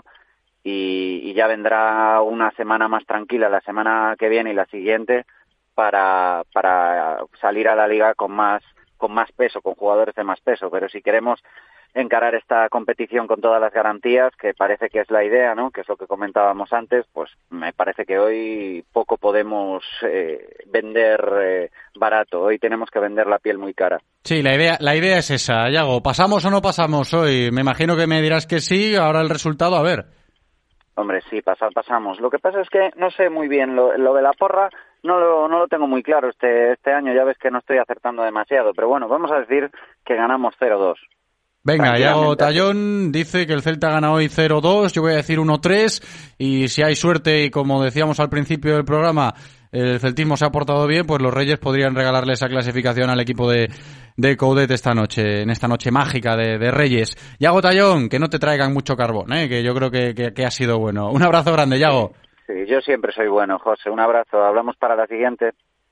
y, y ya vendrá una semana más tranquila la semana que viene y la siguiente, para para salir a la liga con más con más peso, con jugadores de más peso. Pero si queremos encarar esta competición con todas las garantías, que parece que es la idea, ¿no?, que es lo que comentábamos antes, pues me parece que hoy poco podemos eh, vender eh, barato. Hoy tenemos que vender la piel muy cara. Sí, la idea la idea es esa, Yago. ¿Pasamos o no pasamos hoy? Me imagino que me dirás que sí, ahora el resultado, a ver. Hombre, sí, pasar, pasamos. Lo que pasa es que no sé muy bien lo, lo de la porra. No lo, no lo tengo muy claro este este año, ya ves que no estoy acertando demasiado, pero bueno, vamos a decir que ganamos cero dos. Venga, Yago Tallón dice que el Celta gana hoy cero dos, yo voy a decir uno tres, y si hay suerte y como decíamos al principio del programa, el celtismo se ha portado bien, pues los Reyes podrían regalarle esa clasificación al equipo de, de Coudet esta noche, en esta noche mágica de, de Reyes. Yago Tallón, que no te traigan mucho carbón, ¿eh? Que yo creo que, que, que ha sido bueno. Un abrazo grande, Yago. Sí, yo siempre soy bueno, José. Un abrazo. Hablamos para la siguiente.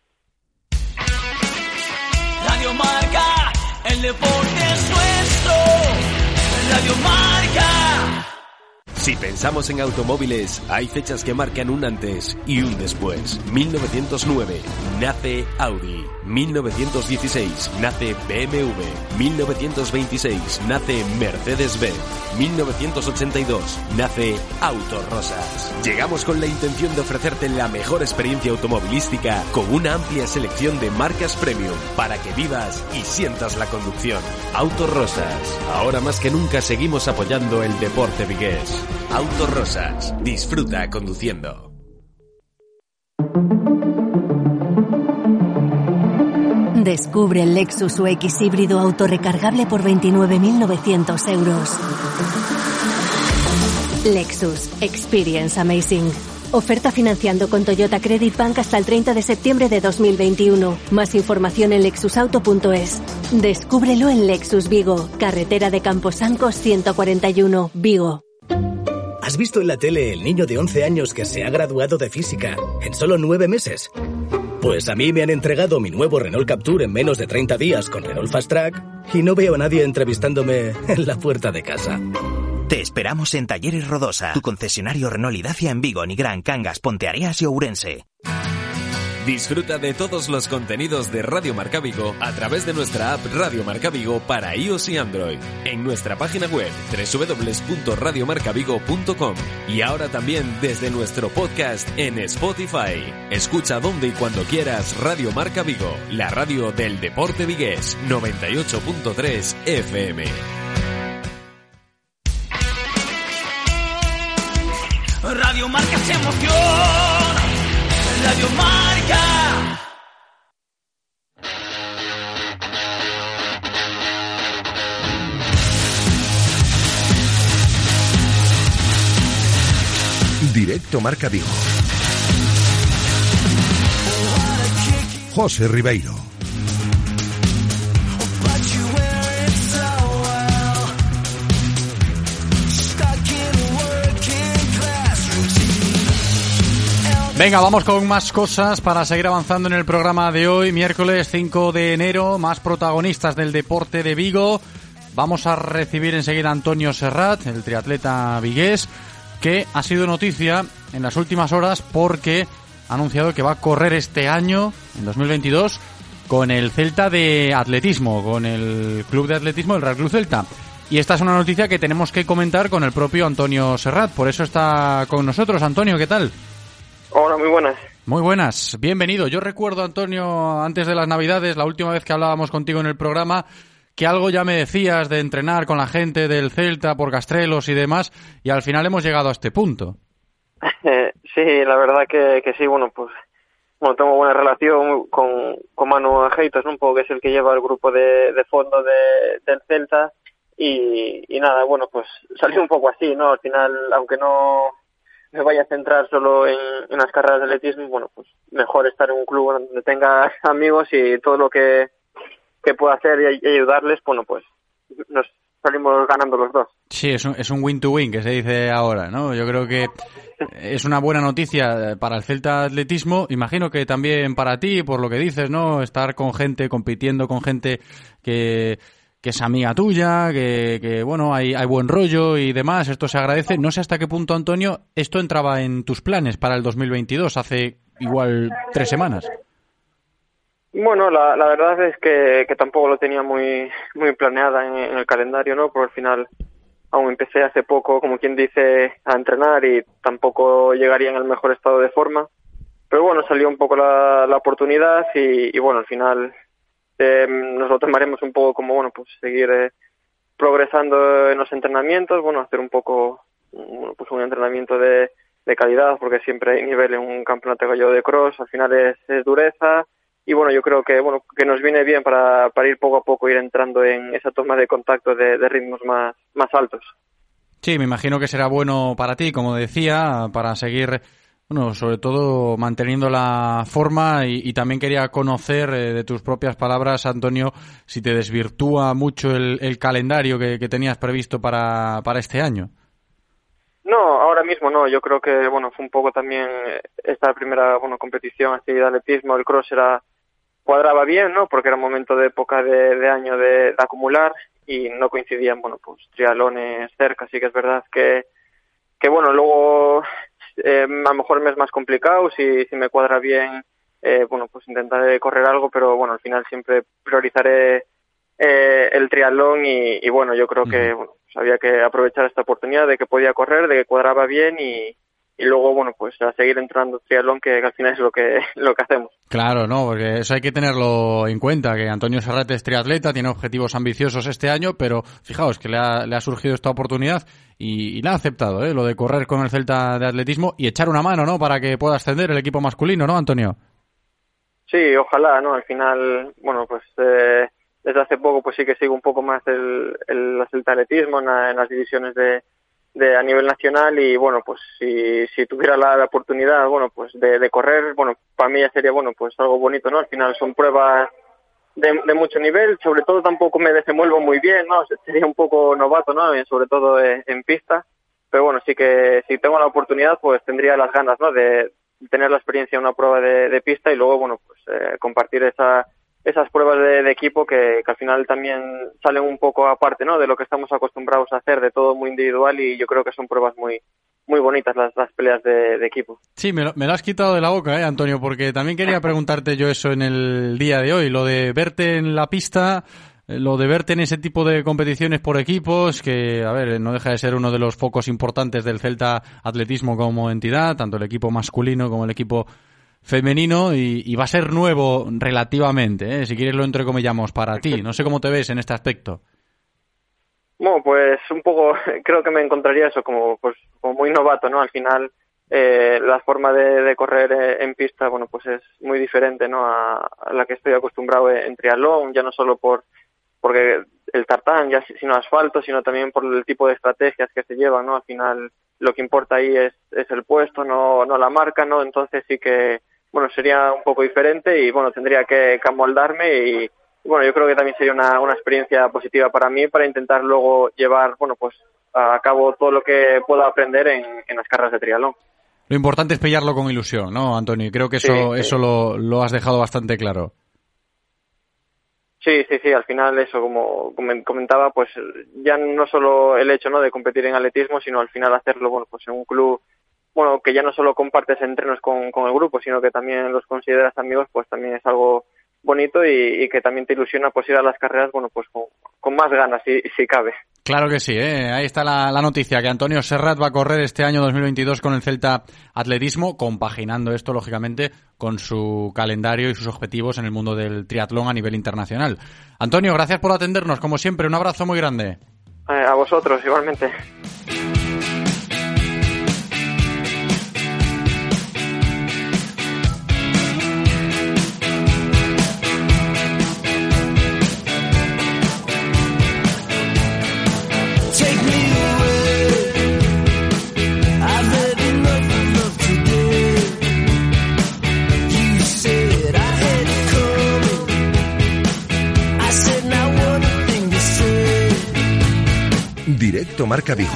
Radio Marca, el deporte es nuestro. Radio Marca. Si pensamos en automóviles, hay fechas que marcan un antes y un después. mil novecientos nueve, nace Audi. mil novecientos dieciséis, nace B M W. mil novecientos veintiséis, nace Mercedes-Benz. mil novecientos ochenta y dos, nace Autos Rosas. Llegamos con la intención de ofrecerte la mejor experiencia automovilística con una amplia selección de marcas premium para que vivas y sientas la conducción. Autos Rosas. Ahora más que nunca seguimos apoyando el deporte vigués. Autos Rosas. Disfruta conduciendo. Descubre el Lexus U X híbrido autorrecargable por veintinueve mil novecientos euros. Lexus. Experience Amazing. Oferta financiando con Toyota Credit Bank hasta el treinta de septiembre de dos mil veintiuno. Más información en lexusauto punto es. Descúbrelo en Lexus Vigo. Carretera de Camposancos ciento cuarenta y uno, Vigo. ¿Has visto en la tele el niño de once años que se ha graduado de física en solo nueve meses? Pues a mí me han entregado mi nuevo Renault Captur en menos de treinta días con Renault Fast Track y no veo a nadie entrevistándome en la puerta de casa. Te esperamos en Talleres Rodosa, tu concesionario Renault y Dacia en Vigo, Nigrán, Cangas, Ponteareas y Ourense. Disfruta de todos los contenidos de Radio Marca Vigo a través de nuestra app Radio Marca Vigo para iOS y Android, en nuestra página web doble u doble u doble u punto radio marca vigo punto com y ahora también desde nuestro podcast en Spotify. Escucha donde y cuando quieras Radio Marca Vigo, la radio del deporte vigués, noventa y ocho punto tres F M. Radio Marca se emoción. Radio Marca. Directo Marca Vigo. José Ribeiro. Venga, vamos con más cosas para seguir avanzando en el programa de hoy, miércoles cinco de enero, más protagonistas del deporte de Vigo. Vamos a recibir enseguida a Antonio Serrat, el triatleta vigués, que ha sido noticia en las últimas horas porque ha anunciado que va a correr este año, en dos mil veintidós, con el Celta de atletismo, con el club de atletismo del Real Club Celta. Y esta es una noticia que tenemos que comentar con el propio Antonio Serrat, por eso está con nosotros. Antonio, ¿qué tal? Hola, muy buenas. Muy buenas, bienvenido. Yo recuerdo, Antonio, antes de las Navidades, la última vez que hablábamos contigo en el programa, que algo ya me decías de entrenar con la gente del Celta por Castrelos y demás, y al final hemos llegado a este punto. Sí, la verdad que, que sí, bueno, pues bueno, tengo buena relación con, con Manu Ajeitos, ¿no? Un poco que es el que lleva el grupo de, de fondo de, del Celta, y, y nada, bueno, pues salió un poco así, ¿no? Al final, aunque no me vaya a centrar solo en, en las carreras de atletismo, bueno, pues mejor estar en un club donde tenga amigos y todo lo que, que pueda hacer y, y ayudarles, bueno, pues nos salimos ganando los dos. Sí, es un, es un win-to-win que se dice ahora, ¿no? Yo creo que es una buena noticia para el Celta Atletismo, imagino que también para ti, por lo que dices, ¿no? Estar con gente, compitiendo con gente que... que es amiga tuya, que, que bueno, hay, hay buen rollo y demás, esto se agradece. No sé hasta qué punto, Antonio, esto entraba en tus planes para el dos mil veintidós, hace igual tres semanas. Bueno, la, la verdad es que, que tampoco lo tenía muy muy planeada en, en el calendario, ¿no? Porque al final aún empecé hace poco, como quien dice, a entrenar y tampoco llegaría en el mejor estado de forma. Pero bueno, salió un poco la, la oportunidad y, y bueno, al final Eh, nos lo tomaremos un poco como, bueno, pues seguir eh, progresando en los entrenamientos, bueno, hacer un poco, bueno, pues un entrenamiento de, de calidad, porque siempre hay nivel en un campeonato gallego de cross, al final es, es dureza, y bueno, yo creo que, bueno, que nos viene bien para, para ir poco a poco, ir entrando en esa toma de contacto de, de ritmos más, más altos. Sí, me imagino que será bueno para ti, como decía, para seguir... Bueno, sobre todo manteniendo la forma y, y también quería conocer eh, de tus propias palabras, Antonio, si te desvirtúa mucho el, el calendario que, que tenías previsto para, para este año. No, ahora mismo no. Yo creo que, bueno, fue un poco también esta primera, bueno, competición así de atletismo, el cross era cuadraba bien, ¿no? Porque era un momento de época de, de año de, de acumular y no coincidían, bueno, pues triatlones cerca. Así que es verdad que, que bueno, luego... Eh, a lo mejor me es más complicado, si, si me cuadra bien, eh, bueno, pues intentaré correr algo, pero bueno, al final siempre priorizaré eh, el triatlón y, y bueno, yo creo que bueno, pues había que aprovechar esta oportunidad de que podía correr, de que cuadraba bien y, y luego, bueno, pues a seguir entrenando triatlón, que, que al final es lo que lo que hacemos. Claro, no, porque eso hay que tenerlo en cuenta, que Antonio Serrat es triatleta, tiene objetivos ambiciosos este año, pero fijaos que le ha, le ha surgido esta oportunidad y, y la ha aceptado, ¿eh? Lo de correr con el Celta de atletismo y echar una mano, ¿no? Para que pueda ascender el equipo masculino, ¿no, Antonio? Sí, ojalá, ¿no? Al final, bueno, pues eh, desde hace poco pues sí que sigo un poco más el, el, el atletismo en, la, en las divisiones de de a nivel nacional y bueno, pues si si tuviera la, la oportunidad, bueno, pues de, de correr, bueno, para mí ya sería, bueno, pues algo bonito, ¿no? Al final son pruebas de, de mucho nivel, sobre todo tampoco me desenvuelvo muy bien, ¿no? Sería un poco novato, ¿no? Sobre todo en, en pista, pero bueno, sí que si tengo la oportunidad, pues tendría las ganas, ¿no? De tener la experiencia en una prueba de, de pista y luego, bueno, pues eh, compartir esa esas pruebas de, de equipo que, que al final también salen un poco aparte, ¿no? De lo que estamos acostumbrados a hacer, de todo muy individual y yo creo que son pruebas muy muy bonitas las, las peleas de, de equipo. Sí, me lo, me lo has quitado de la boca, eh, Antonio, porque también quería preguntarte yo eso en el día de hoy, lo de verte en la pista, lo de verte en ese tipo de competiciones por equipos, que, a ver, no deja de ser uno de los focos importantes del Celta Atletismo como entidad, tanto el equipo masculino como el equipo femenino, y, y va a ser nuevo relativamente, ¿eh? Si quieres lo entrecomillamos para ti. No sé cómo te ves en este aspecto. Bueno, pues un poco, creo que me encontraría eso como, pues, como muy novato, ¿no? Al final, eh, la forma de, de correr en pista, bueno, pues es muy diferente, ¿no? A, a la que estoy acostumbrado en triatlón, ya no solo por porque el tartán, ya sino asfalto, sino también por el tipo de estrategias que se llevan, ¿no? Al final, lo que importa ahí es, es el puesto, no, no la marca, ¿no? Entonces sí que, bueno, sería un poco diferente y, bueno, tendría que, que amoldarme y, bueno, yo creo que también sería una, una experiencia positiva para mí para intentar luego llevar, bueno, pues a cabo todo lo que pueda aprender en, en las carreras de triatlón. Lo importante es pillarlo con ilusión, ¿no, Antonio? Creo que eso, sí, sí. eso lo, lo has dejado bastante claro. Sí, sí, sí, al final eso, como comentaba, pues ya no solo el hecho, ¿no?, de competir en atletismo, sino al final hacerlo, bueno, pues en un club, bueno, que ya no solo compartes entrenos con, con el grupo, sino que también los consideras amigos, pues también es algo bonito y, y que también te ilusiona pues ir a las carreras, bueno, pues con, con más ganas, si, si cabe. Claro que sí, ¿eh? Ahí está la, la noticia, que Antonio Serrat va a correr este año dos mil veintidós con el Celta Atletismo, compaginando esto, lógicamente, con su calendario y sus objetivos en el mundo del triatlón a nivel internacional. Antonio, gracias por atendernos, como siempre, un abrazo muy grande. Eh, a vosotros, igualmente. Directo Marca Vigo.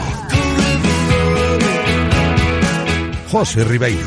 José Ribeiro.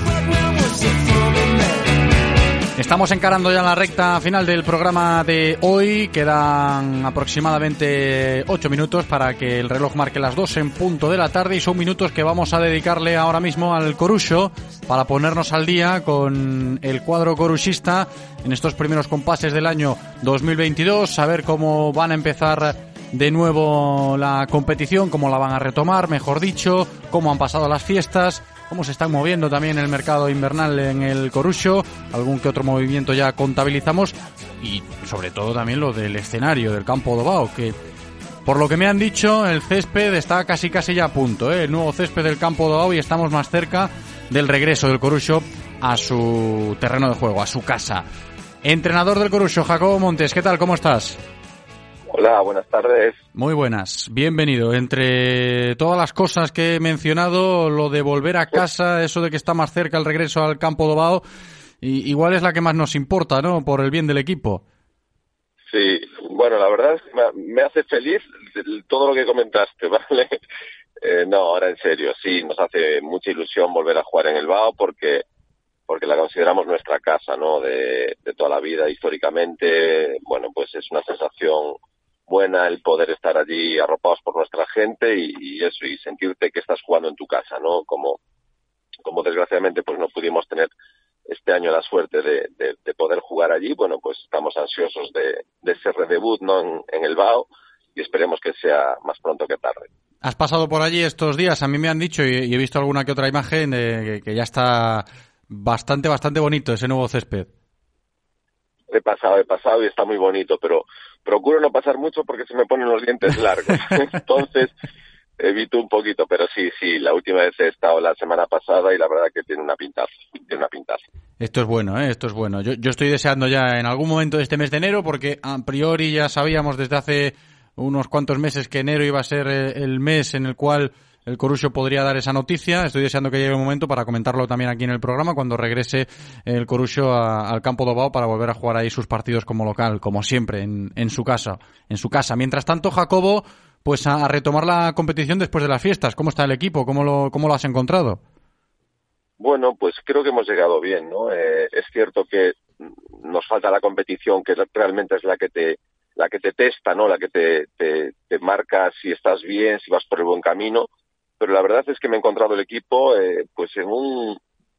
Estamos encarando ya la recta final del programa de hoy. Quedan aproximadamente ocho minutos para que el reloj marque las dos en punto de la tarde y son minutos que vamos a dedicarle ahora mismo al Coruxo para ponernos al día con el cuadro coruxista en estos primeros compases del año dos mil veintidós, saber cómo van a empezar de nuevo la competición, cómo la van a retomar, mejor dicho, cómo han pasado las fiestas, cómo se están moviendo también el mercado invernal en el Coruxo, algún que otro movimiento ya contabilizamos y sobre todo también lo del escenario del Campo do Bao, que por lo que me han dicho el césped está casi casi ya a punto, ¿eh? El nuevo césped del Campo do Bao, y estamos más cerca del regreso del Coruxo a su terreno de juego, a su casa. Entrenador del Coruxo, Jacobo Montes, ¿qué tal? ¿Cómo estás? Hola, buenas tardes. Muy buenas, bienvenido. Entre todas las cosas que he mencionado, lo de volver a casa, eso de que está más cerca el regreso al Campo do Bao, y igual es la que más nos importa, ¿no?, por el bien del equipo. Sí, bueno, la verdad es que me hace feliz todo lo que comentaste, ¿vale? Eh, no, ahora en serio, sí, nos hace mucha ilusión volver a jugar en el Bao porque porque la consideramos nuestra casa, ¿no?, de, de toda la vida, históricamente. Bueno, pues es una sensación buena el poder estar allí arropados por nuestra gente y, y eso, y sentirte que estás jugando en tu casa, ¿no? Como, como desgraciadamente pues no pudimos tener este año la suerte de, de, de poder jugar allí, bueno, pues estamos ansiosos de, de ese redebut, ¿no?, en, en el Bao, y esperemos que sea más pronto que tarde. Has pasado por allí estos días, a mí me han dicho, y, y he visto alguna que otra imagen, de que, que ya está bastante, bastante bonito ese nuevo césped. He pasado, he pasado y está muy bonito, pero procuro no pasar mucho porque se me ponen los dientes largos. Entonces, evito un poquito, pero sí, sí, la última vez he estado la semana pasada y la verdad que tiene una pintaza, tiene una pintaza. Esto es bueno, ¿eh? Esto es bueno. Yo, yo estoy deseando ya en algún momento de este mes de enero, porque a priori ya sabíamos desde hace unos cuantos meses que enero iba a ser el mes en el cual el Coruxo podría dar esa noticia. Estoy deseando que llegue el momento para comentarlo también aquí en el programa cuando regrese el Coruxo a, al Campo do Bao para volver a jugar ahí sus partidos como local, como siempre, en, en su casa, en su casa. Mientras tanto, Jacobo, pues a, a retomar la competición después de las fiestas. ¿Cómo está el equipo? ¿Cómo lo, cómo lo has encontrado? Bueno, pues creo que hemos llegado bien, ¿no? Eh, es cierto que nos falta la competición, que realmente es la que te la que te testa, ¿no? La que te, te, te marca si estás bien, si vas por el buen camino. pero la verdad es que me he encontrado el equipo eh, pues en un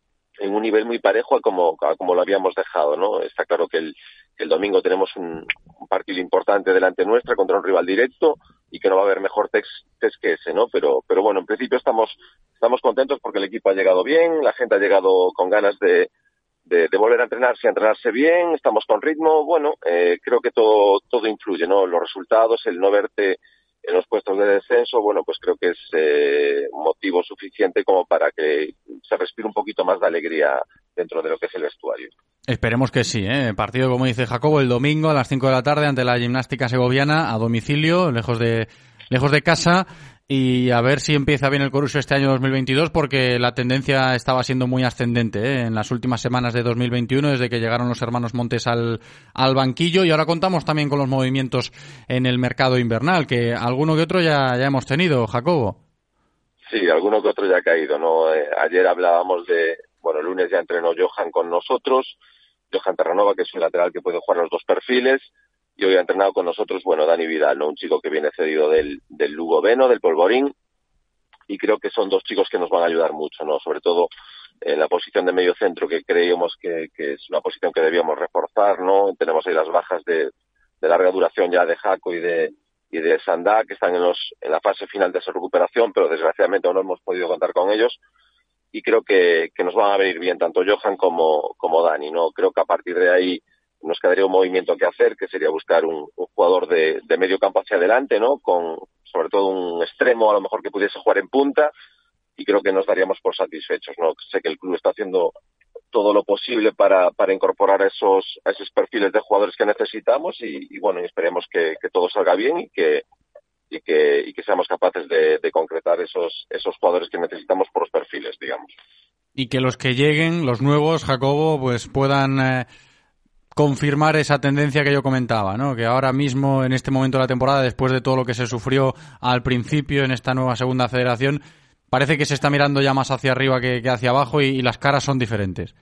en un nivel muy parejo a como, a como lo habíamos dejado, ¿no? Está claro que el, el domingo tenemos un, un partido importante delante nuestra contra un rival directo y que no va a haber mejor test, test que ese, ¿no? Pero, pero bueno, en principio estamos, estamos contentos porque el equipo ha llegado bien, la gente ha llegado con ganas de, de, de volver a entrenarse y a entrenarse bien, estamos con ritmo, bueno, eh, creo que todo, todo influye, ¿no? Los resultados, el no verte en los puestos de descenso, bueno, pues creo que es eh, motivo suficiente como para que se respire un poquito más de alegría dentro de lo que es el vestuario. Esperemos que sí, ¿eh? Partido, como dice Jacobo, el domingo a las cinco de la tarde ante la Gimnástica Segoviana, a domicilio, lejos de lejos de casa, y a ver si empieza bien el Coruso este año dos mil veintidós, porque la tendencia estaba siendo muy ascendente, ¿eh? En las últimas semanas de dos mil veintiuno, desde que llegaron los hermanos Montes al, al banquillo, y ahora contamos también con los movimientos en el mercado invernal, que alguno que otro ya, ya hemos tenido, Jacobo. Sí, alguno que otro ya ha caído, ¿no? Eh, ayer hablábamos de, bueno, el lunes ya entrenó Johan con nosotros, Johan Terranova, que es un lateral que puede jugar los dos perfiles, y hoy ha entrenado con nosotros, bueno, Dani Vidal, ¿no? Un chico que viene cedido del, del Lugo Beno, del Polvorín, y creo que son dos chicos que nos van a ayudar mucho, ¿no? Sobre todo en la posición de medio centro, que creíamos que, que es una posición que debíamos reforzar, ¿no? Tenemos ahí las bajas de, de larga duración ya de Jaco y de y de Sandá, que están en los en la fase final de su recuperación, pero desgraciadamente aún no hemos podido contar con ellos, y creo que, que nos van a venir bien tanto Johan como, como Dani, ¿no? Creo que a partir de ahí nos quedaría un movimiento que hacer, que sería buscar un, un jugador de, de medio campo hacia adelante, ¿no? Con sobre todo un extremo a lo mejor que pudiese jugar en punta, y creo que nos daríamos por satisfechos, ¿no? Sé que el club está haciendo todo lo posible para, para incorporar a esos, a esos perfiles de jugadores que necesitamos, y, y bueno, esperemos que, que todo salga bien y que y que, y que seamos capaces de, de concretar esos, esos jugadores que necesitamos por los perfiles, digamos. Y que los que lleguen, los nuevos, Jacobo, pues puedan eh, confirmar esa tendencia que yo comentaba, ¿no? Que ahora mismo, en este momento de la temporada, después de todo lo que se sufrió al principio en esta nueva segunda federación, parece que se está mirando ya más hacia arriba que, que hacia abajo, y, y las caras son diferentes.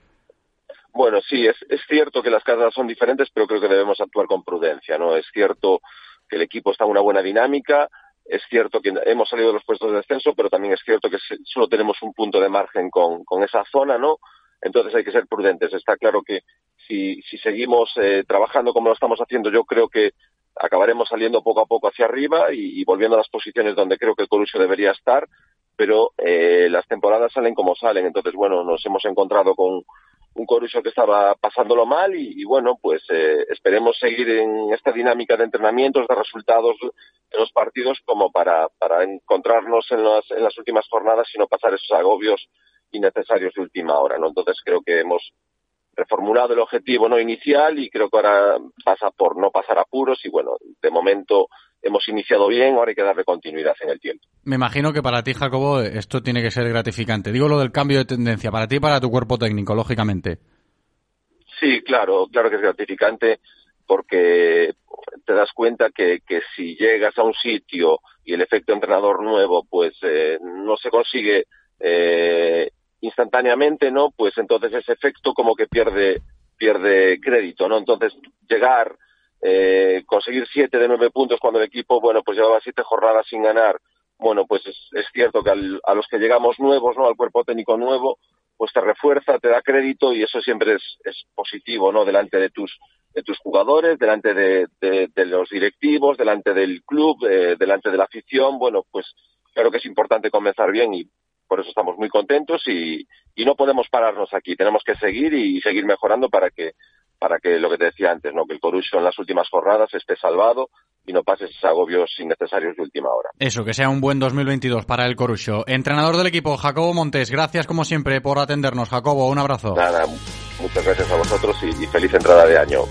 Bueno, sí, es, es cierto que las caras son diferentes, pero creo que debemos actuar con prudencia, ¿no? Es cierto que el equipo está en una buena dinámica, es cierto que hemos salido de los puestos de descenso, pero también es cierto que solo tenemos un punto de margen con, con esa zona, ¿no? Entonces hay que ser prudentes. Está claro que si, si seguimos eh, trabajando como lo estamos haciendo, yo creo que acabaremos saliendo poco a poco hacia arriba y, y volviendo a las posiciones donde creo que el Coruso debería estar, pero eh, las temporadas salen como salen. Entonces, bueno, nos hemos encontrado con un Coruso que estaba pasándolo mal y, y bueno, pues eh, esperemos seguir en esta dinámica de entrenamientos, de resultados en los partidos, como para, para encontrarnos en las, en las últimas jornadas y no pasar esos agobios innecesarios de última hora, ¿no? Entonces creo que hemos reformulado el objetivo no inicial y creo que ahora pasa por no pasar apuros y bueno, de momento hemos iniciado bien, ahora hay que darle continuidad en el tiempo. Me imagino que para ti, Jacobo, esto tiene que ser gratificante. Digo lo del cambio de tendencia, para ti y para tu cuerpo técnico, lógicamente. Sí, claro, claro que es gratificante porque te das cuenta que, que si llegas a un sitio y el efecto entrenador nuevo pues eh, no se consigue eh, instantáneamente, ¿no? Pues entonces ese efecto como que pierde pierde crédito, ¿no? Entonces llegar Eh, conseguir siete de nueve puntos cuando el equipo, bueno, pues llevaba siete jornadas sin ganar, bueno, pues es, es cierto que al, a los que llegamos nuevos, ¿no? Al cuerpo técnico nuevo, pues te refuerza, te da crédito y eso siempre es, es positivo, ¿no? Delante de tus de tus jugadores, delante de, de, de los directivos, delante del club, eh, delante de la afición, bueno, pues claro que es importante comenzar bien y por eso estamos muy contentos y, y no podemos pararnos aquí, tenemos que seguir y seguir mejorando para que para que lo que te decía antes, ¿no? Que el Coruso en las últimas jornadas esté salvado y no pase esos agobios innecesarios de última hora. Eso, que sea un buen dos mil veintidós para el Coruso. Entrenador del equipo, Jacobo Montes, gracias como siempre por atendernos. Jacobo, un abrazo. Nada, muchas gracias a vosotros y, y feliz entrada de año.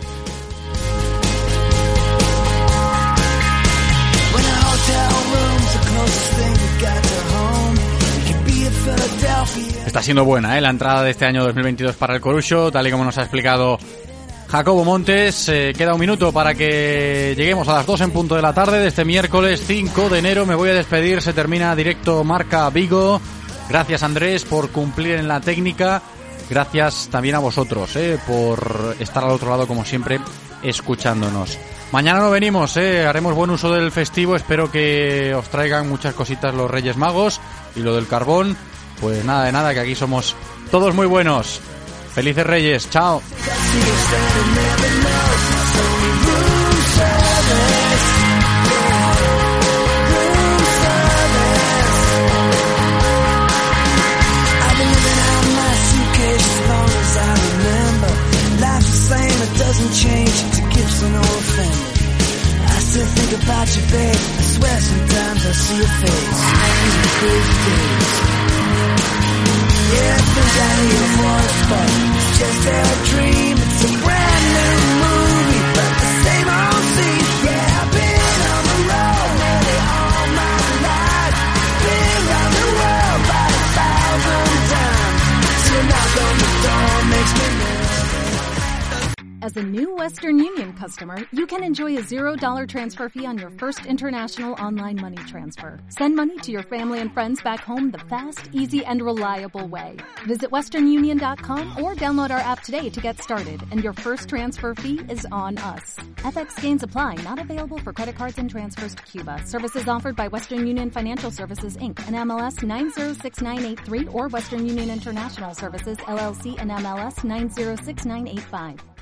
Está siendo buena, ¿eh? La entrada de este año dos mil veintidós para el Coruso, tal y como nos ha explicado Jacobo Montes. Eh, queda un minuto para que lleguemos a las dos en punto de la tarde de este miércoles cinco de enero. Me voy a despedir, se termina Directo Marca Vigo. Gracias, Andrés, por cumplir en la técnica. Gracias también a vosotros, eh, por estar al otro lado como siempre escuchándonos. Mañana no venimos, ¿eh? Haremos buen uso del festivo. Espero que os traigan muchas cositas los Reyes Magos. Y lo del carbón, pues nada de nada, que aquí somos todos muy buenos. Felices Reyes, chao. Doesn't change to Gibson or Fender. I still think about you, babe. I swear sometimes I see your face. These are crazy days. Yeah, I think I need more spot. It's just a dream. It's a brand new movie, but the same old scene. Yeah, I've been on the road nearly all my life. Been around the world about a thousand times. Till knock on the door makes me nervous. As a new Western Union customer, you can enjoy a zero dollar transfer fee on your first international online money transfer. Send money to your family and friends back home the fast, easy, and reliable way. Visit western union dot com or download our app today to get started, and your first transfer fee is on us. F X gains apply, not available for credit cards and transfers to Cuba. Services offered by Western Union Financial Services, Incorporated, and M L S nine zero six nine eight three or Western Union International Services, L L C, and M L S nine zero six nine eight five.